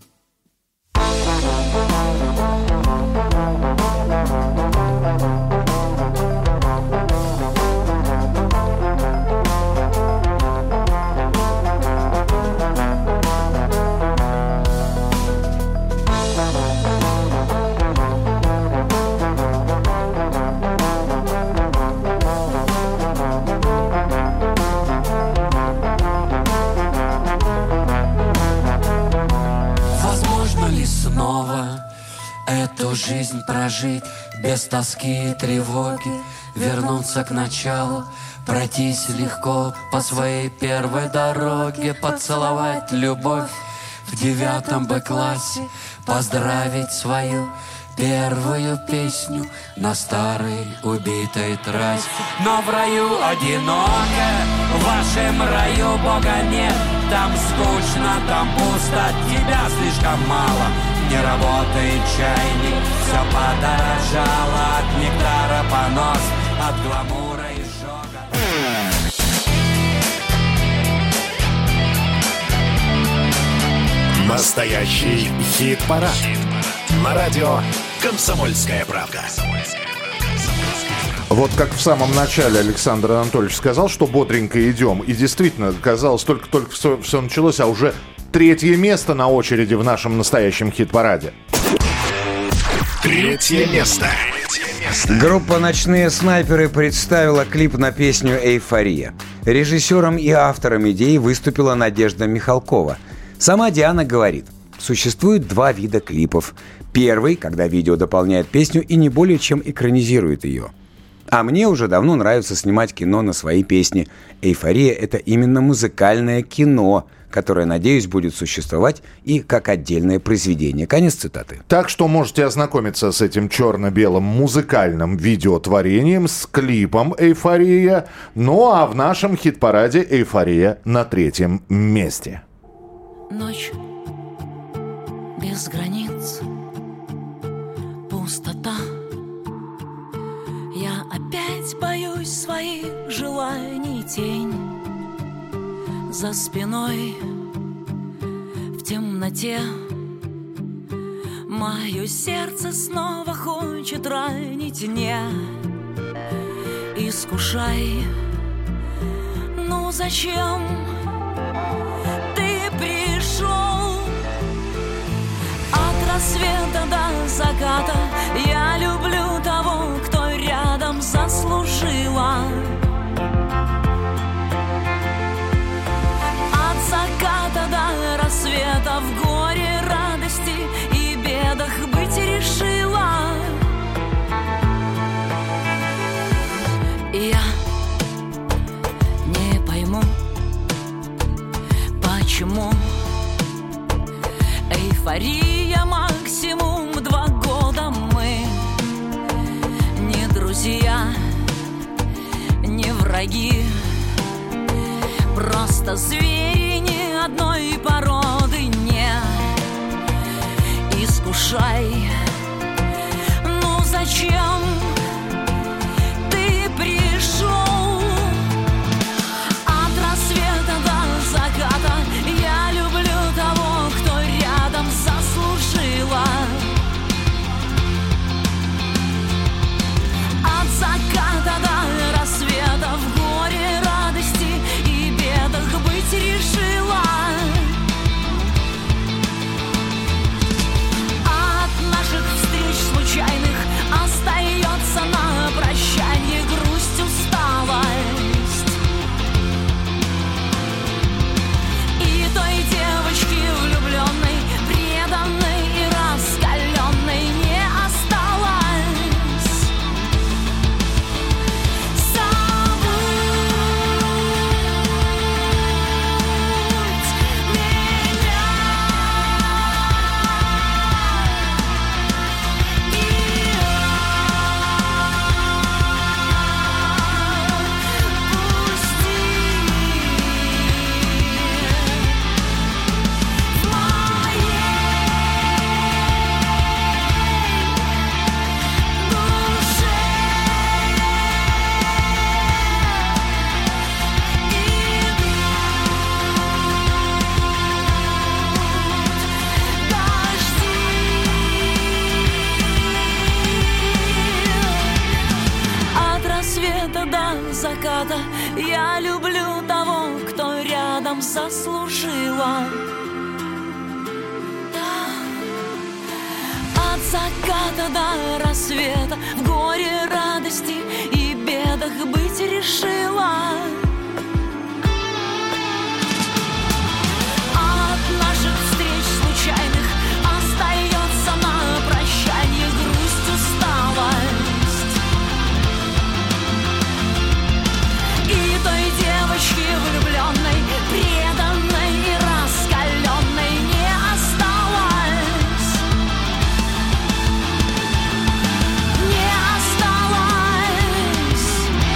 Speaker 15: Эту жизнь прожить без тоски и тревоги, вернуться к началу, пройтись легко по своей первой дороге, поцеловать любовь в девятом Б-классе, поздравить свою первую песню на старой убитой трассе. Но в раю одиноко, в вашем раю Бога нет. Там скучно, там пусто, тебя слишком мало. Не работает чайник, все подорожало. От нектара понос, от гламура изжога.
Speaker 1: Настоящий хит-парад. На радио «Комсомольская правда».
Speaker 2: Вот как в самом начале Александр Анатольевич сказал, что бодренько идем. И действительно, казалось, только-только все, все началось, а уже третье место на очереди в нашем настоящем хит-параде.
Speaker 1: Третье место.
Speaker 3: Группа «Ночные снайперы» представила клип на песню «Эйфория». Режиссером и автором идеи выступила Надежда Михалкова. Сама Диана говорит, существует два вида клипов. Первый, когда видео дополняет песню и не более чем экранизирует ее. А мне уже давно нравится снимать кино на свои песни. «Эйфория» — это именно музыкальное кино, которое, надеюсь, будет существовать и как отдельное произведение. Конец цитаты.
Speaker 2: Так что можете ознакомиться с этим черно-белым музыкальным видеотворением, с клипом «Эйфория». Ну а в нашем хит-параде «Эйфория» на третьем месте.
Speaker 16: Ночь без границ, пустота. Я опять боюсь своих желаний, тень за спиной в темноте. Мое сердце снова хочет ранить, не искушай. Ну зачем ты пришел? От рассвета до заката я люблю того, кто рядом, заслужила. От заката до рассвета в горе, радости и бедах быть решила. Я не пойму, почему эйфория максимум два года. Мы не друзья, не враги, просто звери ни одной породы. Не искушай. Ну зачем ты пришел? От рассвета до заката я люблю того, кто рядом, заслужила. От заката до рассвета в горе, радости и бедах быть решила. От наших встреч случайных остается заката. Я люблю того, кто рядом заслужила. От заката до рассвета в горе, радости и бедах быть решила. От наших встреч случайных остается на прощанье грусть, усталость. И той девочки влюбленной, преданной и раскаленной не осталось. Не осталось.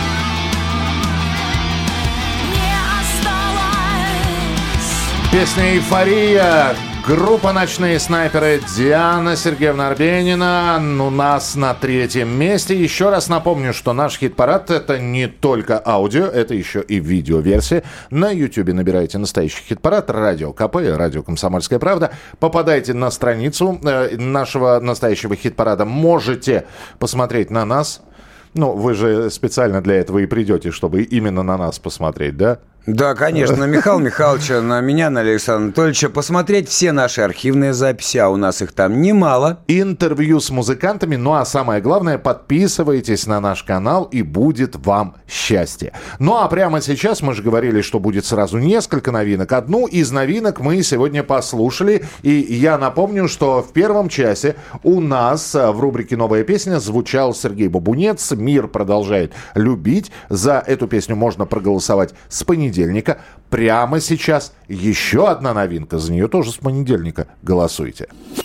Speaker 16: Не осталось.
Speaker 2: Песня «Эйфория». Группа «Ночные снайперы», Диана Сергеевна Арбенина у нас на третьем месте. Еще раз напомню, что наш хит-парад — это не только аудио, это еще и видеоверсия. На Ютьюбе набирайте «Настоящий хит-парад», радио ка пэ, радио «Комсомольская правда». Попадайте на страницу э, нашего настоящего хит-парада. Можете посмотреть на нас. Ну, вы же специально для этого и придете, чтобы именно на нас посмотреть, да?
Speaker 3: Да, конечно, на Михаила Михайловича, на меня, на Александра Анатольевича. Посмотреть все наши архивные записи, а у нас их там немало.
Speaker 2: Интервью с музыкантами, ну а самое главное, подписывайтесь на наш канал, и будет вам счастье. Ну а прямо сейчас мы же говорили, что будет сразу несколько новинок. Одну из новинок мы сегодня послушали, и я напомню, что в первом часе у нас в рубрике «Новая песня» звучал Сергей Бабунец «Мир продолжает любить». За эту песню можно проголосовать с понедельника. Прямо сейчас еще одна новинка. За нее тоже с понедельника голосуйте.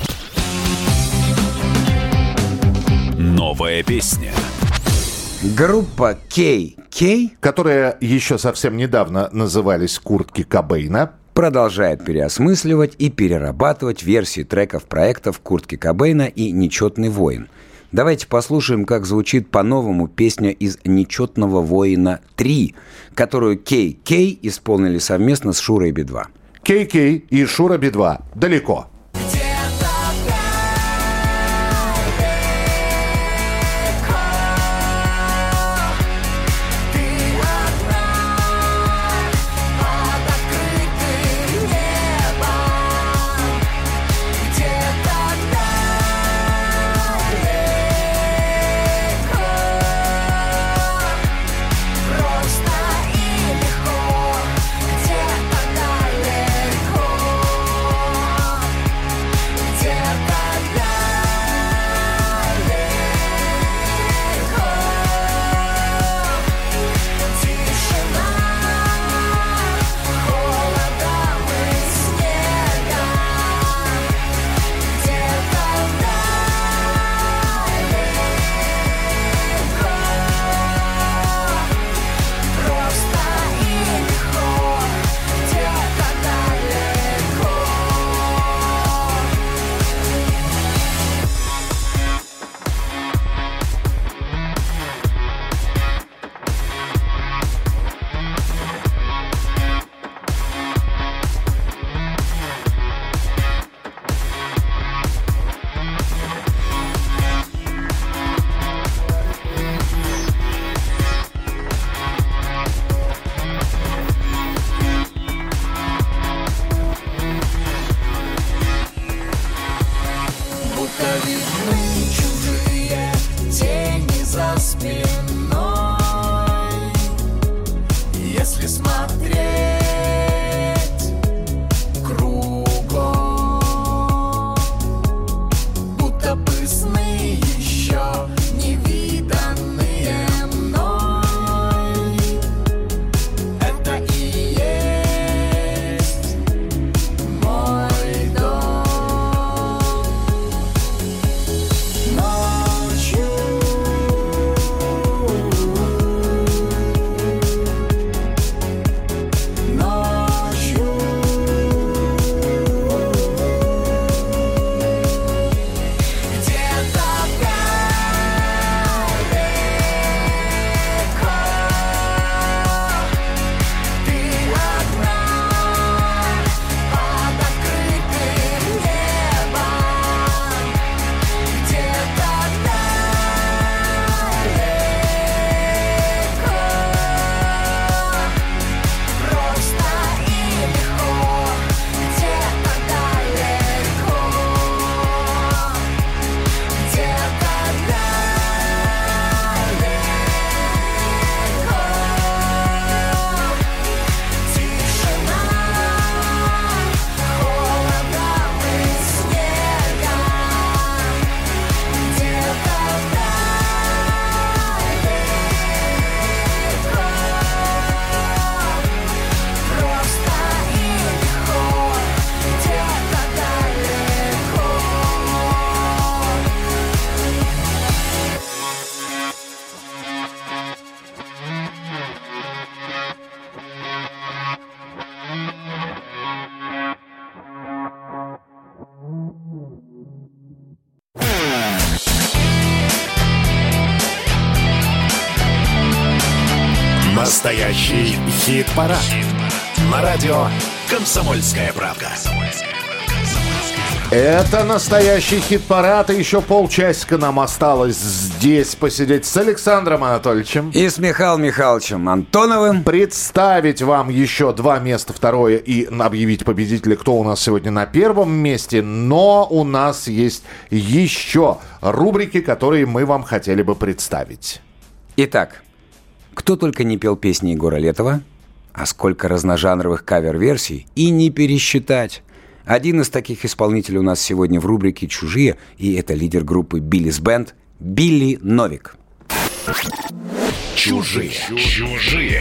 Speaker 1: Новая песня.
Speaker 3: Группа кей кей,
Speaker 2: которая еще совсем недавно назывались «Куртки Кобейна»,
Speaker 3: продолжает переосмысливать и перерабатывать версии треков проектов «Куртки Кобейна» и «Нечетный воин». Давайте послушаем, как звучит по-новому песня из «Нечетного воина три», которую кей кей исполнили совместно с Шурой Би два.
Speaker 2: кей кей и Шура Би два. Далеко.
Speaker 1: Настоящий хит-парад. На радио «Комсомольская правда».
Speaker 2: Это настоящий хит-парад, и еще полчасика нам осталось здесь посидеть с Александром Анатольевичем.
Speaker 3: И с Михаилом Михайловичем Антоновым.
Speaker 2: Представить вам еще два места, второе, и объявить победителя, кто у нас сегодня на первом месте. Но у нас есть еще рубрики, которые мы вам хотели бы представить.
Speaker 3: Итак, кто только не пел песни Егора Летова, а сколько разножанровых кавер-версий, и не пересчитать. Один из таких исполнителей у нас сегодня в рубрике «Чужие», и это лидер группы «Биллис Бенд» Билли Новик.
Speaker 1: Чужие. Чужие.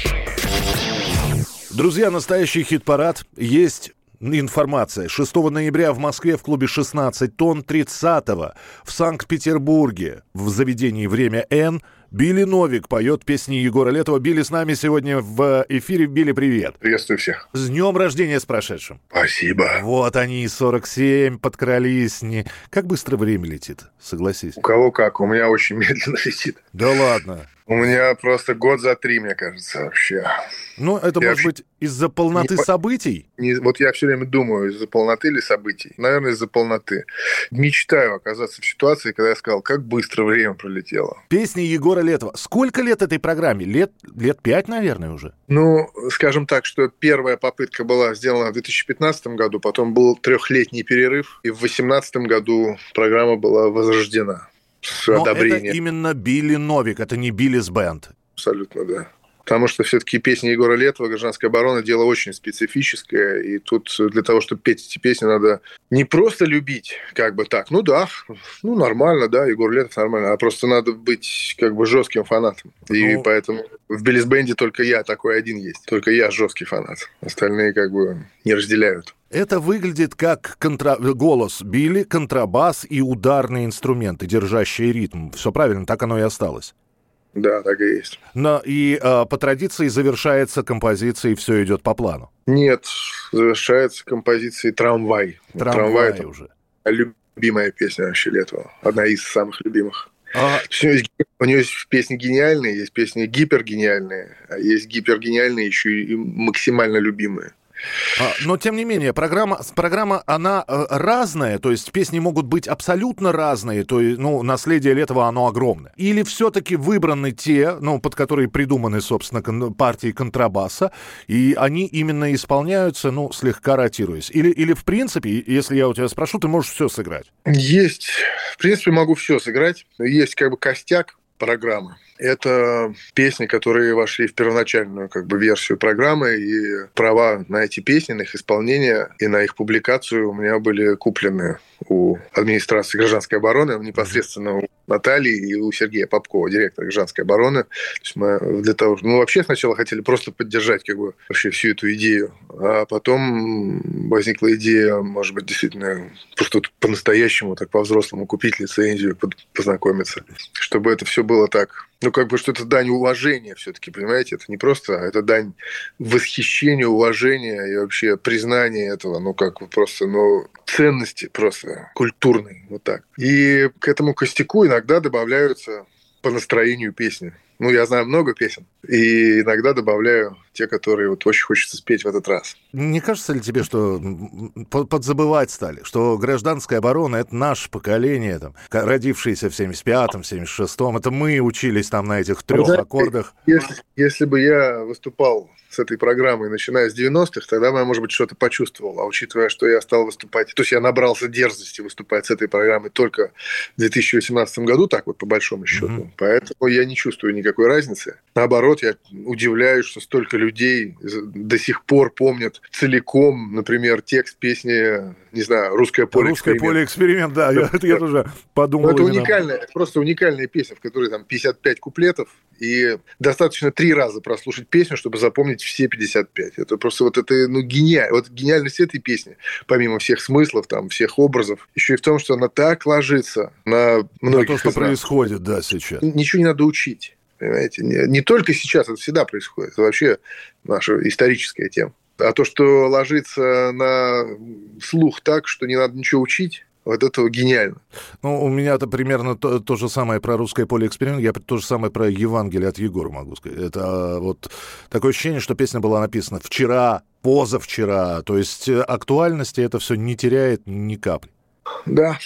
Speaker 2: Друзья, настоящий хит-парад. Есть информация. шестого ноября в Москве в клубе шестнадцать тонн, тридцатого в Санкт-Петербурге в заведении «Время Н» Билли Новик поет песни Егора Летова. Билли с нами сегодня в эфире. Билли, привет.
Speaker 17: Приветствую всех.
Speaker 2: С днем рождения с прошедшим.
Speaker 17: Спасибо.
Speaker 2: Вот они, сорок семь, подкрались. Не... Как быстро время летит, согласись.
Speaker 17: У кого как, у меня очень медленно летит.
Speaker 2: Да ладно.
Speaker 17: У меня просто год за три, мне кажется, вообще.
Speaker 2: Ну, это
Speaker 17: я
Speaker 2: может быть из-за полноты
Speaker 17: не...
Speaker 2: событий?
Speaker 17: Не... Вот я все время думаю, из-за полноты или событий. Наверное, из-за полноты. Мечтаю оказаться в ситуации, когда я сказал, как быстро время пролетело.
Speaker 2: Песни Егора Летова. Сколько лет этой программе? Лет, лет пять, наверное, уже?
Speaker 17: Ну, скажем так, что первая попытка была сделана в две тысячи пятнадцатом году, потом был трехлетний перерыв, и в две тысячи восемнадцатом году программа была возрождена.
Speaker 2: Но это именно Билли Новик, это не Биллис Бенд.
Speaker 17: Абсолютно, да. Потому что все-таки песни Егора Летова «Гражданская оборона» дело очень специфическое. И тут для того, чтобы петь эти песни, надо не просто любить, как бы так. Ну да, ну нормально, да, Егор Летов нормально. А просто надо быть как бы жестким фанатом. И ну... поэтому в Биллис Бенде только я такой один есть. Только я жесткий фанат. Остальные как бы не разделяют.
Speaker 2: Это выглядит как контра... голос Билли, контрабас и ударные инструменты, держащие ритм. Все правильно, так оно и осталось.
Speaker 17: Да, так и есть.
Speaker 2: Но и э, по традиции завершается композиция, и все идет по плану.
Speaker 17: Нет, завершается композицией «Трамвай».
Speaker 2: Трамвай,
Speaker 17: «Трамвай» это
Speaker 2: уже.
Speaker 17: Любимая песня вообще Летова. Одна из самых любимых.
Speaker 2: А...
Speaker 17: У него есть, у него есть песни гениальные, есть песни гипергениальные, а есть гипергениальные еще и максимально любимые.
Speaker 2: Но, тем не менее, программа, программа, она разная, то есть песни могут быть абсолютно разные, то есть, ну, наследие Летова, оно огромное. Или все-таки выбраны те, ну, под которые придуманы, собственно, партии контрабаса, и они именно исполняются, ну, слегка ротируясь. Или, или в принципе, если я у тебя спрошу, ты можешь все сыграть?
Speaker 17: Есть. В принципе, могу все сыграть. Есть как бы костяк программы. Это песни, которые вошли в первоначальную как бы версию программы, и права на эти песни, на их исполнение и на их публикацию у меня были куплены у администрации гражданской обороны, непосредственно у Натальи и у Сергея Попкова, директора гражданской обороны. То есть мы для того, ну, вообще сначала хотели просто поддержать как бы вообще всю эту идею, а потом возникла идея, может быть, действительно просто по-настоящему, так по-взрослому купить лицензию, познакомиться, чтобы это все было так. Ну, как бы, что это дань уважения все-таки, понимаете? Это не просто, это дань восхищения, уважения и вообще признания этого, ну, как бы просто, ну, ценности просто культурной, вот так. И к этому костяку иногда добавляются по настроению песни. Ну, я знаю много песен, и иногда добавляю те, которые вот очень хочется спеть в этот раз.
Speaker 2: Не кажется ли тебе, что подзабывать стали, что гражданская оборона — это наше поколение, там, родившееся в семьдесят пятом, семьдесят шестом, это мы учились там на этих трех
Speaker 17: Знаете,
Speaker 2: аккордах?
Speaker 17: Если, если бы я выступал с этой программой, начиная с девяностых, тогда бы я, может быть, что-то почувствовал. А учитывая, что я стал выступать... То есть я набрался дерзости выступать с этой программой только в две тысячи восемнадцатом году, так вот, по большому счету. Mm-hmm. Поэтому я не чувствую никакой разницы. Наоборот, я удивляюсь, что столько людей до сих пор помнят целиком, например, текст песни, не знаю, «Русское поле
Speaker 2: «Русское
Speaker 17: эксперимент».
Speaker 2: поле эксперимент», да, я, это я тоже подумал.
Speaker 17: Это уникальная, просто уникальная песня, в которой там пятьдесят пять куплетов, и достаточно три раза прослушать песню, чтобы запомнить все пятьдесят пять. Это просто вот это, ну, гениально. Вот гениальность этой песни, помимо всех смыслов, там, всех образов, еще и в том, что она так ложится на многих.
Speaker 2: На то, что происходит, да, сейчас.
Speaker 17: Ничего не надо учить, понимаете? Не, не только сейчас, это всегда происходит. Это вообще наша историческая тема. А то, что ложится на слух так, что не надо ничего учить, Вот это гениально.
Speaker 2: Ну, у меня-то примерно то, то же самое про «Русское поле эксперимент». Я то же самое про «Евангелие от Егора» могу сказать. Это вот такое ощущение, что песня была написана вчера, позавчера. То есть актуальности это все не теряет ни капли.
Speaker 17: Да.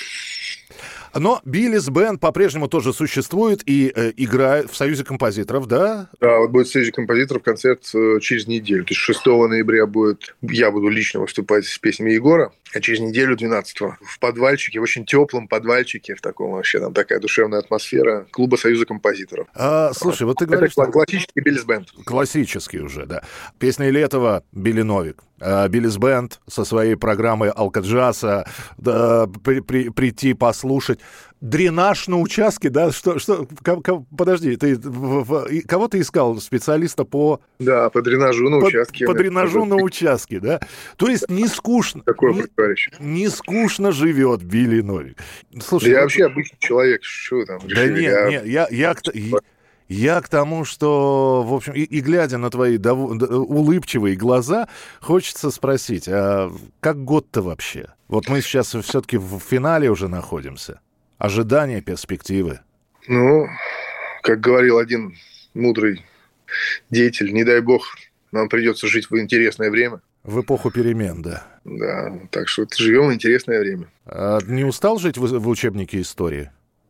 Speaker 2: Но Биллис Бенд по-прежнему тоже существует и э, играет в Союзе композиторов, да?
Speaker 17: Да, вот будет в Союзе композиторов концерт э, через неделю. То есть шестого ноября будет, я буду лично выступать с песнями Егора, а через неделю двенадцатого в подвальчике, в очень теплом подвальчике, в таком вообще там такая душевная атмосфера клуба Союза композиторов.
Speaker 2: А, слушай, вот ты говоришь...
Speaker 17: Это классический Биллис Бенд.
Speaker 2: Классический уже, да. Песня Летова, Билли Новик. Биллис Бенд со своей программой алкоджаза, да, при, при, прийти послушать. Дренаж на участке, да? Что, что, к, к, подожди, ты в, в, кого ты искал? Специалиста по...
Speaker 17: Да, по дренажу на
Speaker 2: по,
Speaker 17: участке.
Speaker 2: По дренажу на участке, да? То есть не скучно.
Speaker 17: Такое
Speaker 2: не,
Speaker 17: не
Speaker 2: скучно живет Билли Новик. Слушай,
Speaker 17: да я
Speaker 2: ну,
Speaker 17: вообще обычный человек. Что вы там решили?
Speaker 2: Да нет,
Speaker 17: я...
Speaker 2: нет, я... я, я Я к тому, что, в общем, и, и глядя на твои дов... улыбчивые глаза, хочется спросить, а как год-то вообще? Вот мы сейчас все-таки в финале уже находимся. Ожидания, перспективы.
Speaker 17: Ну, как говорил один мудрый деятель, не дай бог, нам придется жить в интересное время.
Speaker 2: В эпоху перемен, да.
Speaker 17: Да, так что живем в интересное время.
Speaker 2: А не устал жить в, в учебнике истории?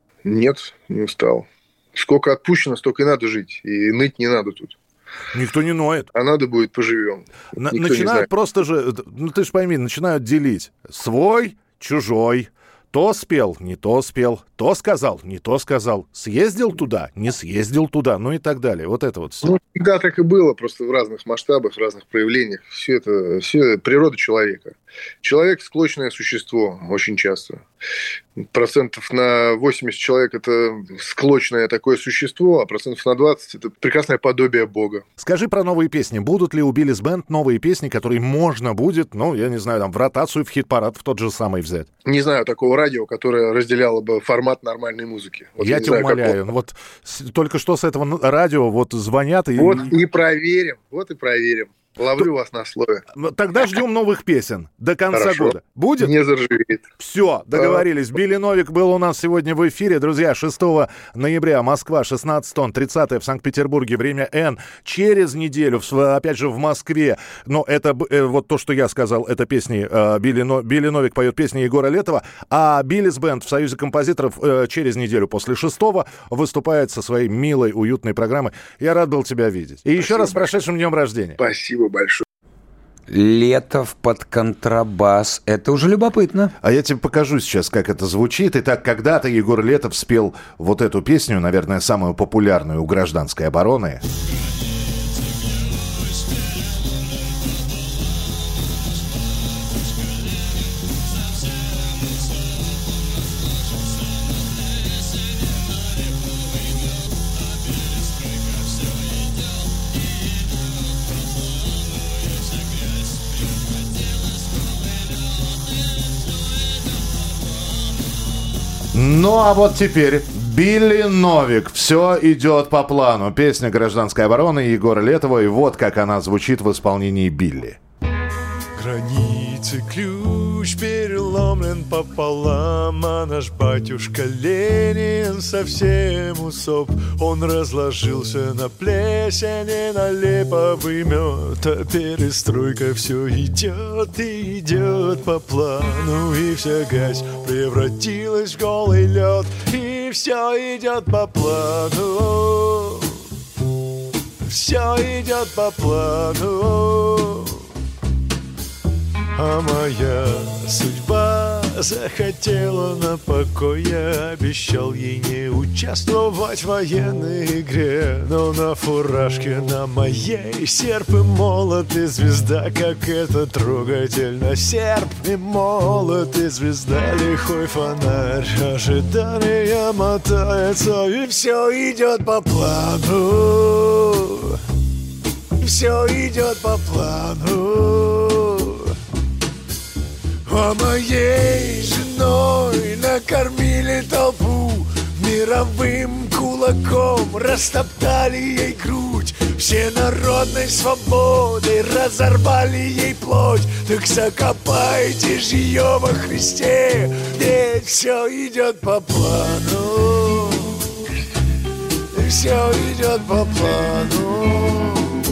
Speaker 17: Нет, не устал. Сколько отпущено, столько и надо жить. И ныть не надо тут.
Speaker 2: Никто не ноет.
Speaker 17: А надо будет, поживем.
Speaker 2: На- начинают просто же, ну ты же пойми, начинают делить. Свой, чужой. То спел, не то спел. То сказал, не то сказал. Съездил туда, не съездил туда. Ну и так далее. Вот это вот все.
Speaker 17: Ну, всегда так и было, просто в разных масштабах, в разных проявлениях. Все это, все природа человека. Человек – склочное существо очень часто. Процентов на восемьдесят человек – это склочное такое существо, а процентов на двадцать – это прекрасное подобие Бога.
Speaker 2: Скажи про новые песни. Будут ли у Биллис Бенд новые песни, которые можно будет, ну, я не знаю, там, в ротацию, в хит-парад в тот же самый взять?
Speaker 17: Не знаю такого радио, которое разделяло бы формат нормальной музыки. Вот
Speaker 2: я, я тебя
Speaker 17: знаю,
Speaker 2: умоляю.
Speaker 17: как...
Speaker 2: Вот с, только что с этого радио вот звонят и...
Speaker 17: Вот и проверим, вот и проверим. Ловлю То... вас на слове.
Speaker 2: Тогда ждем новых песен до конца
Speaker 17: Хорошо.
Speaker 2: года. Будет?
Speaker 17: Не заржавеет.
Speaker 2: Все, договорились. А... Билли Новик был у нас сегодня в эфире. Друзья, шестого ноября Москва, шестнадцать тонн, тридцатое в Санкт-Петербурге, время Н. Через неделю, опять же, в Москве. Но это вот то, что я сказал, это песни Билли, Но... Билли Новик поет песни Егора Летова, а Биллис Бенд в Союзе композиторов через неделю после шестого выступает со своей милой, уютной программой. Я рад был тебя видеть. И Спасибо еще раз с прошедшим днем рождения.
Speaker 17: Спасибо большое.
Speaker 3: Летов под контрабас. Это уже любопытно.
Speaker 2: А я тебе покажу сейчас, как это звучит. Итак, когда-то Егор Летов спел вот эту песню, наверное, самую популярную у гражданской обороны. Ну, а вот теперь Билли Новик. Все идет по плану. Песня «Гражданская оборона» Егора Летова. И вот как она звучит в исполнении Билли.
Speaker 18: Границы ключ переломлен пополам, а наш батюшка Ленин совсем усоп. Он разложился на плесени, на липовый мед, а перестройка все идет и идет по плану. И вся грязь превратилась в голый лед, и все идет по плану. Все идет по плану. А моя судьба захотела на покой. Я обещал ей не участвовать в военной игре, но на фуражке на моей серп и молот и звезда, как это трогательно. Серп и молот и звезда, лихой фонарь. Ожидание мотается, и все идет по плану. Все идет по плану. А моей женой накормили толпу, мировым кулаком растоптали ей грудь. всенародной свободой разорвали ей плоть. Так закопайте ж ее во Христе, ведь все идет по плану. Все идет по плану.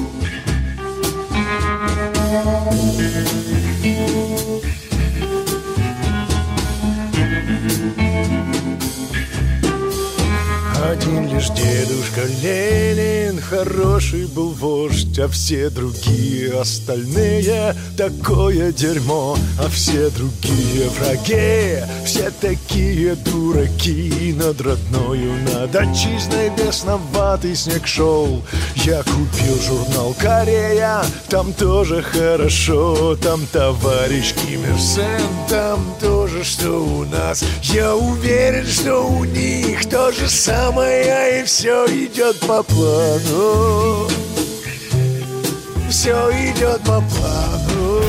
Speaker 18: Один лишь дедушка Ленин хороший был вождь, а все другие остальные такое дерьмо, а все другие враги, все такие дураки. Над родною, над отчизной бесноватый снег шел. Я купил журнал «Корея», там тоже хорошо, там товарищ Ким Ир Сен, там тоже что у нас. Я уверен, что у них то же самое, и все идет по плану. Все идет по плану.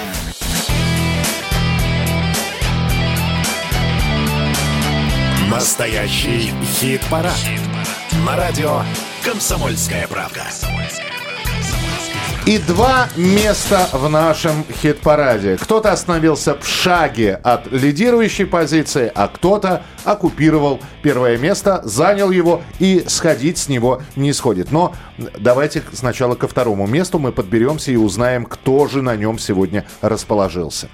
Speaker 1: Настоящий хит-парад. Хит на радио «Комсомольская правда».
Speaker 2: И два места в нашем хит-параде. Кто-то остановился в шаге от лидирующей позиции, а кто-то оккупировал первое место, занял его и сходить с него не сходит. Но давайте сначала ко второму месту мы подберемся и узнаем, кто же на нем сегодня расположился.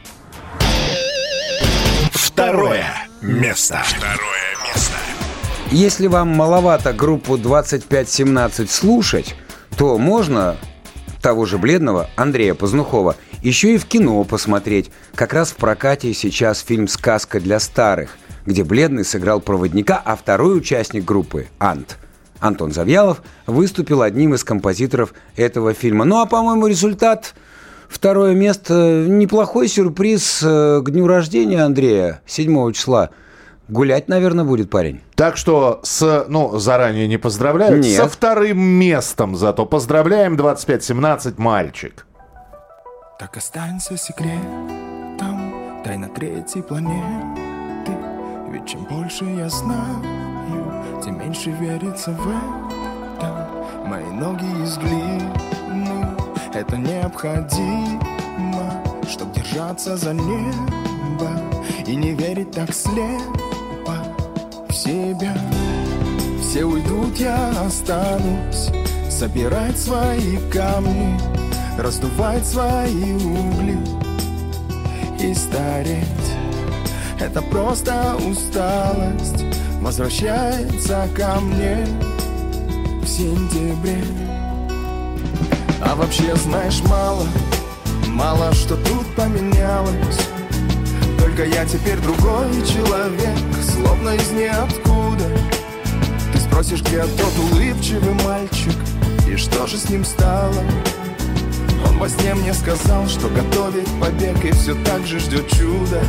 Speaker 1: Второе место. Второе место.
Speaker 3: Если вам маловато группу двадцать пять семнадцать слушать, то можно того же бледного Андрея Познухова еще и в кино посмотреть. Как раз в прокате сейчас фильм «Сказка для старых», где бледный сыграл проводника, а второй участник группы, Ант, Антон Завьялов, выступил одним из композиторов этого фильма. Ну а, по-моему, результат... Второе место. Неплохой сюрприз к дню рождения Андрея, седьмого числа. Гулять, наверное, будет парень.
Speaker 2: Так что, с, ну, заранее не поздравляю.
Speaker 3: Нет.
Speaker 2: Со вторым местом зато поздравляем. двадцать пять семнадцать, мальчик.
Speaker 19: Так останется секретом тайна третьей планеты. Ведь чем больше я знаю, тем меньше верится в это. Мои ноги из глины, это необходимо, чтоб держаться за небо и не верить так слепо в себя. Все уйдут, я останусь, собирать свои камни, раздувать свои угли и стареть. Это просто усталость возвращается ко мне в сентябре. А вообще, знаешь, мало, мало что тут поменялось. Только я теперь другой человек, словно из ниоткуда. Ты спросишь, где тот улыбчивый мальчик, и что же с ним стало? Он во сне мне сказал, что готовит побег и все так же ждет чуда.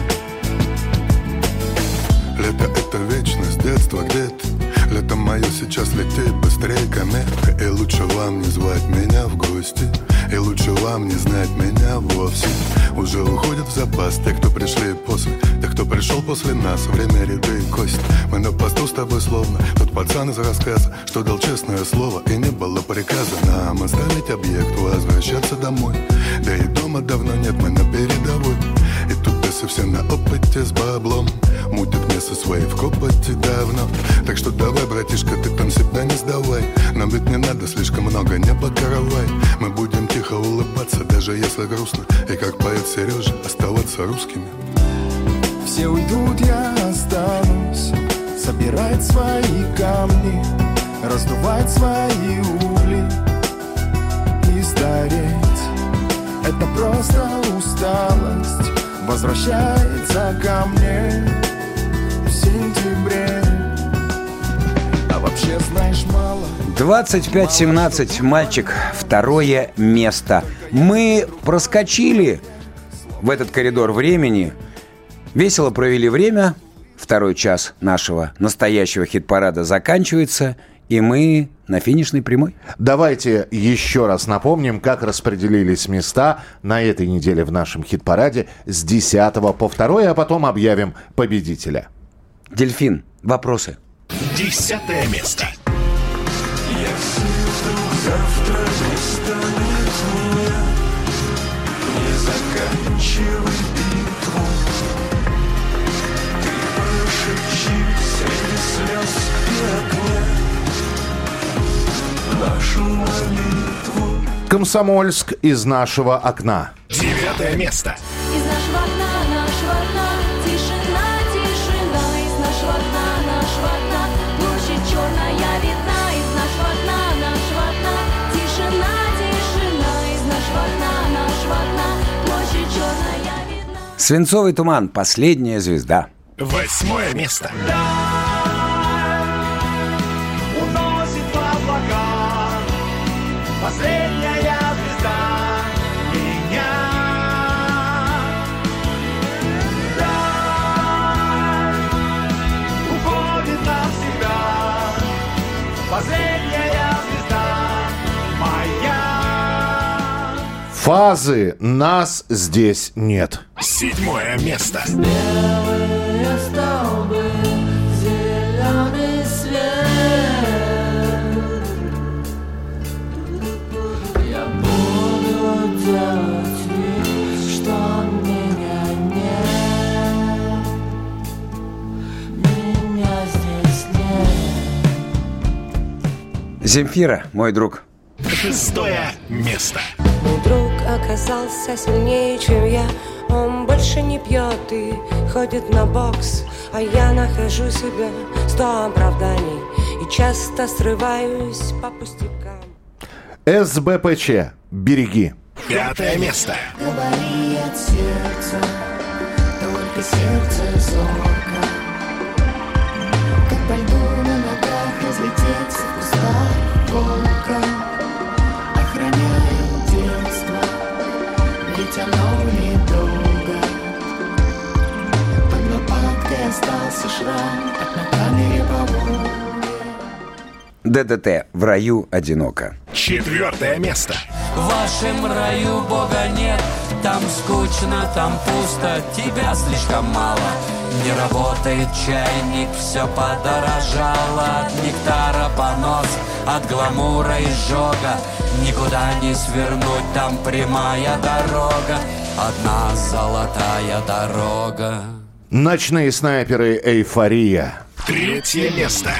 Speaker 20: Лето — это вечность, детство где-то. Лето мое сейчас летит быстрее комета. И лучше вам не звать меня в гости, и лучше вам не знать меня вовсе. Уже уходят в запас те, кто пришли после, те, кто пришел после нас. Время, ряды и кость. Мы на посту с тобой словно тот пацан из рассказа, что дал честное слово и не было приказа нам оставить объект, возвращаться домой. Да и дома давно нет, мы на передовой. И тут бесы все на опыте с баблом, мутят место свои в копоте давно. Так что давай, братишка, ты там себя не сдавай. Нам ведь не надо слишком много, не покоровай. Мы будем тихо улыбаться, даже если грустно. И как поэт Сережа, оставаться русскими.
Speaker 19: Все уйдут, я останусь, собирать свои камни, раздувать свои угли и стареть. Это просто усталость возвращается ко мне в сентябре. А вообще, знаешь, мало.
Speaker 3: двадцать пять семнадцать, мальчик, второе место. Мы проскочили в этот коридор времени, весело провели время. Второй час нашего настоящего хит-парада заканчивается, и мы на финишной прямой.
Speaker 2: Давайте еще раз напомним, как распределились места на этой неделе в нашем хит-параде с десятого по второе, а потом объявим победителя.
Speaker 3: Дельфин, вопросы.
Speaker 1: Десятое место.
Speaker 8: Я завтра
Speaker 6: тонет мне. Не заканчивай битву. Ты прошепчи среди слез пекла нашу молитву.
Speaker 2: Комсомольск из нашего окна.
Speaker 1: Девятое место.
Speaker 5: Из нашего окна, нашего окна, тишина, тишина. Из нашего окна, нашего окна, площадь черная видна. Из нашего окна, нашего окна, тишина, тишина. Из нашего окна, нашего окна, площадь черная видна.
Speaker 3: Свинцовый туман. Последняя звезда.
Speaker 1: Восьмое место.
Speaker 8: Уносит в облака последняя звезда меня. Да, уходит навсегда последняя звезда моя.
Speaker 2: Фазы нас здесь нет.
Speaker 1: Седьмое место.
Speaker 8: Белые столбы, зеленый свет. Я буду делать вид, что меня нет. Меня здесь нет.
Speaker 3: Земфира, мой друг.
Speaker 1: Шестое место.
Speaker 11: Мой друг оказался сильнее, чем я. Он больше не пьет и ходит на бокс. А я нахожу себе сто оправданий и часто срываюсь по пустякам.
Speaker 2: эс бэ пэ че. Береги.
Speaker 1: Пятое место.
Speaker 13: Говори от сердца, только сердце зорко. Как по льду на ногах разлететься в кустах волка. Охраняю детство, ведь оно недолго. Под лопаткой остался шрам от натальи по волне.
Speaker 3: дэ дэ тэ. В раю одиноко.
Speaker 1: Четвертое место.
Speaker 15: В вашем раю Бога нет, там скучно, там пусто, тебя слишком мало. Не работает чайник, все подорожало. От нектара понос, от гламура изжога. Никуда не свернуть, там прямая дорога. Одна золотая дорога.
Speaker 2: Ночные снайперы. Эйфория.
Speaker 1: Третье место.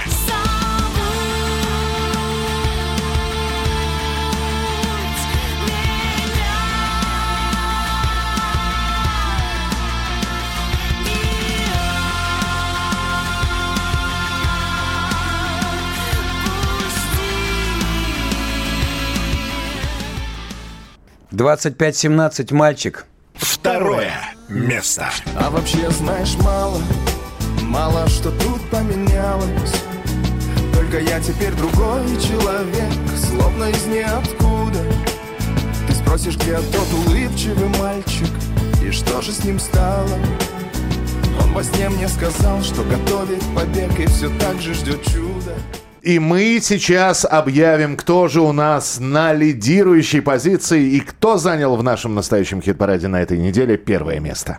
Speaker 3: двадцать пять семнадцать, мальчик.
Speaker 1: Второе место.
Speaker 19: А вообще, знаешь, мало, мало что тут поменялось. Только я теперь другой человек, словно из ниоткуда. Ты спросишь, где тот улыбчивый мальчик, и что же с ним стало? Он во сне мне сказал, что готовит побег и все так же ждет чуда.
Speaker 2: И мы сейчас объявим, кто же у нас на лидирующей позиции и кто занял в нашем настоящем хит-параде на этой неделе первое место.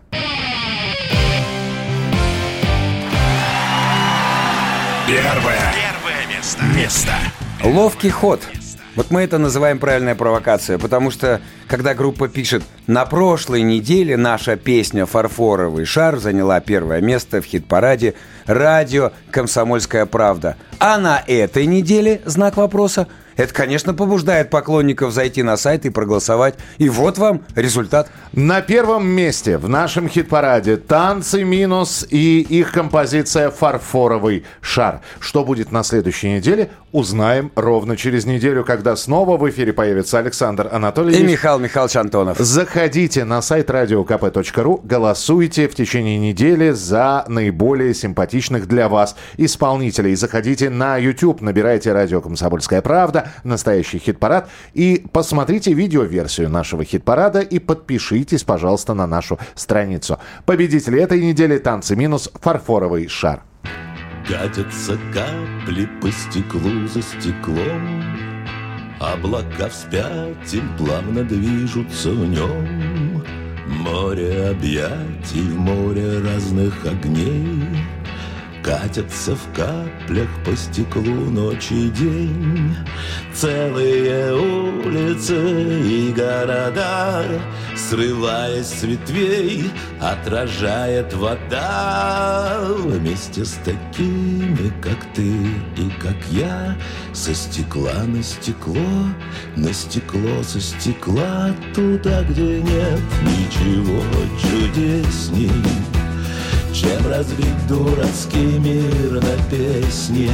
Speaker 1: Первое. Первое место. Место.
Speaker 3: Ловкий ход. Вот мы это называем правильная провокация, потому что, когда группа пишет «На прошлой неделе наша песня «Фарфоровый шар» заняла первое место в хит-параде радио «Комсомольская правда», а на этой неделе, знак вопроса, это, конечно, побуждает поклонников зайти на сайт и проголосовать. И вот вам результат.
Speaker 2: На первом месте в нашем хит-параде «Танцы минус» и их композиция «Фарфоровый шар». Что будет на следующей неделе, узнаем ровно через неделю, когда снова в эфире появится Александр Анатольевич
Speaker 3: и Михаил Михайлович Антонов.
Speaker 2: Заходите на сайт радио ка пэ точка ру, голосуйте в течение недели за наиболее симпатичных для вас исполнителей. Заходите на YouTube, набирайте «Радио Комсомольская правда», настоящий хит-парад, и посмотрите видеоверсию нашего хит-парада и подпишитесь, пожалуйста, на нашу страницу. Победители этой недели «Танцы минус», «Фарфоровый шар».
Speaker 21: Катятся капли по стеклу за стеклом, облака вспять и плавно движутся в нем. Море объятий, в море разных огней, Катятся в каплях по стеклу ночь и день. Целые улицы и города, срываясь с ветвей, отражает вода. Вместе с такими, как ты и как я, со стекла на стекло, на стекло со стекла, туда, где нет ничего чудесней, чем разбить дурацкий мир на песне.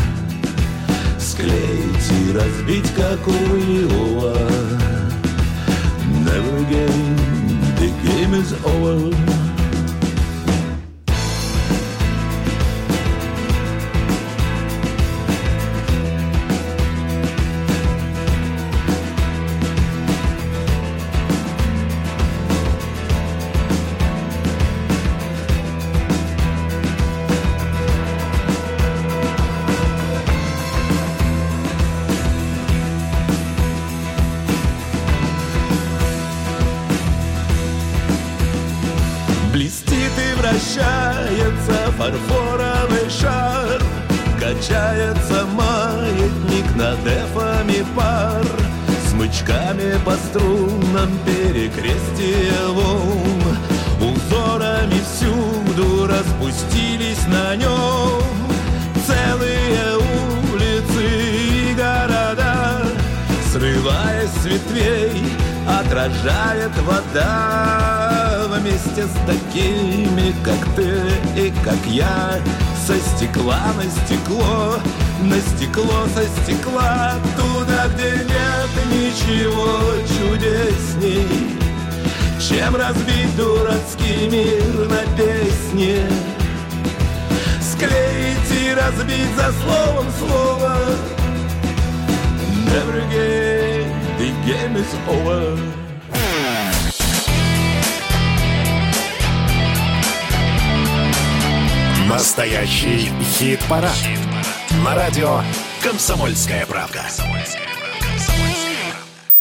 Speaker 21: Склеить и разбить, как у Иова. Never again, the game is over. Вращается фарфоровый шар, качается маятник над эфами пар, смычками по струнам перекрестия волн, узорами всюду распустились на нем целые улицы и города, срываясь с ветвей, отражает вода. Вместе с такими, как ты и как я, со стекла на стекло, на стекло со стекла, туда, где нет ничего чудесней, чем разбить дурацкий мир на песне. Склеить и разбить за словом слово. Never again, the game is over.
Speaker 1: Настоящий хит-парад. Хит-парад. На радио «Комсомольская правда».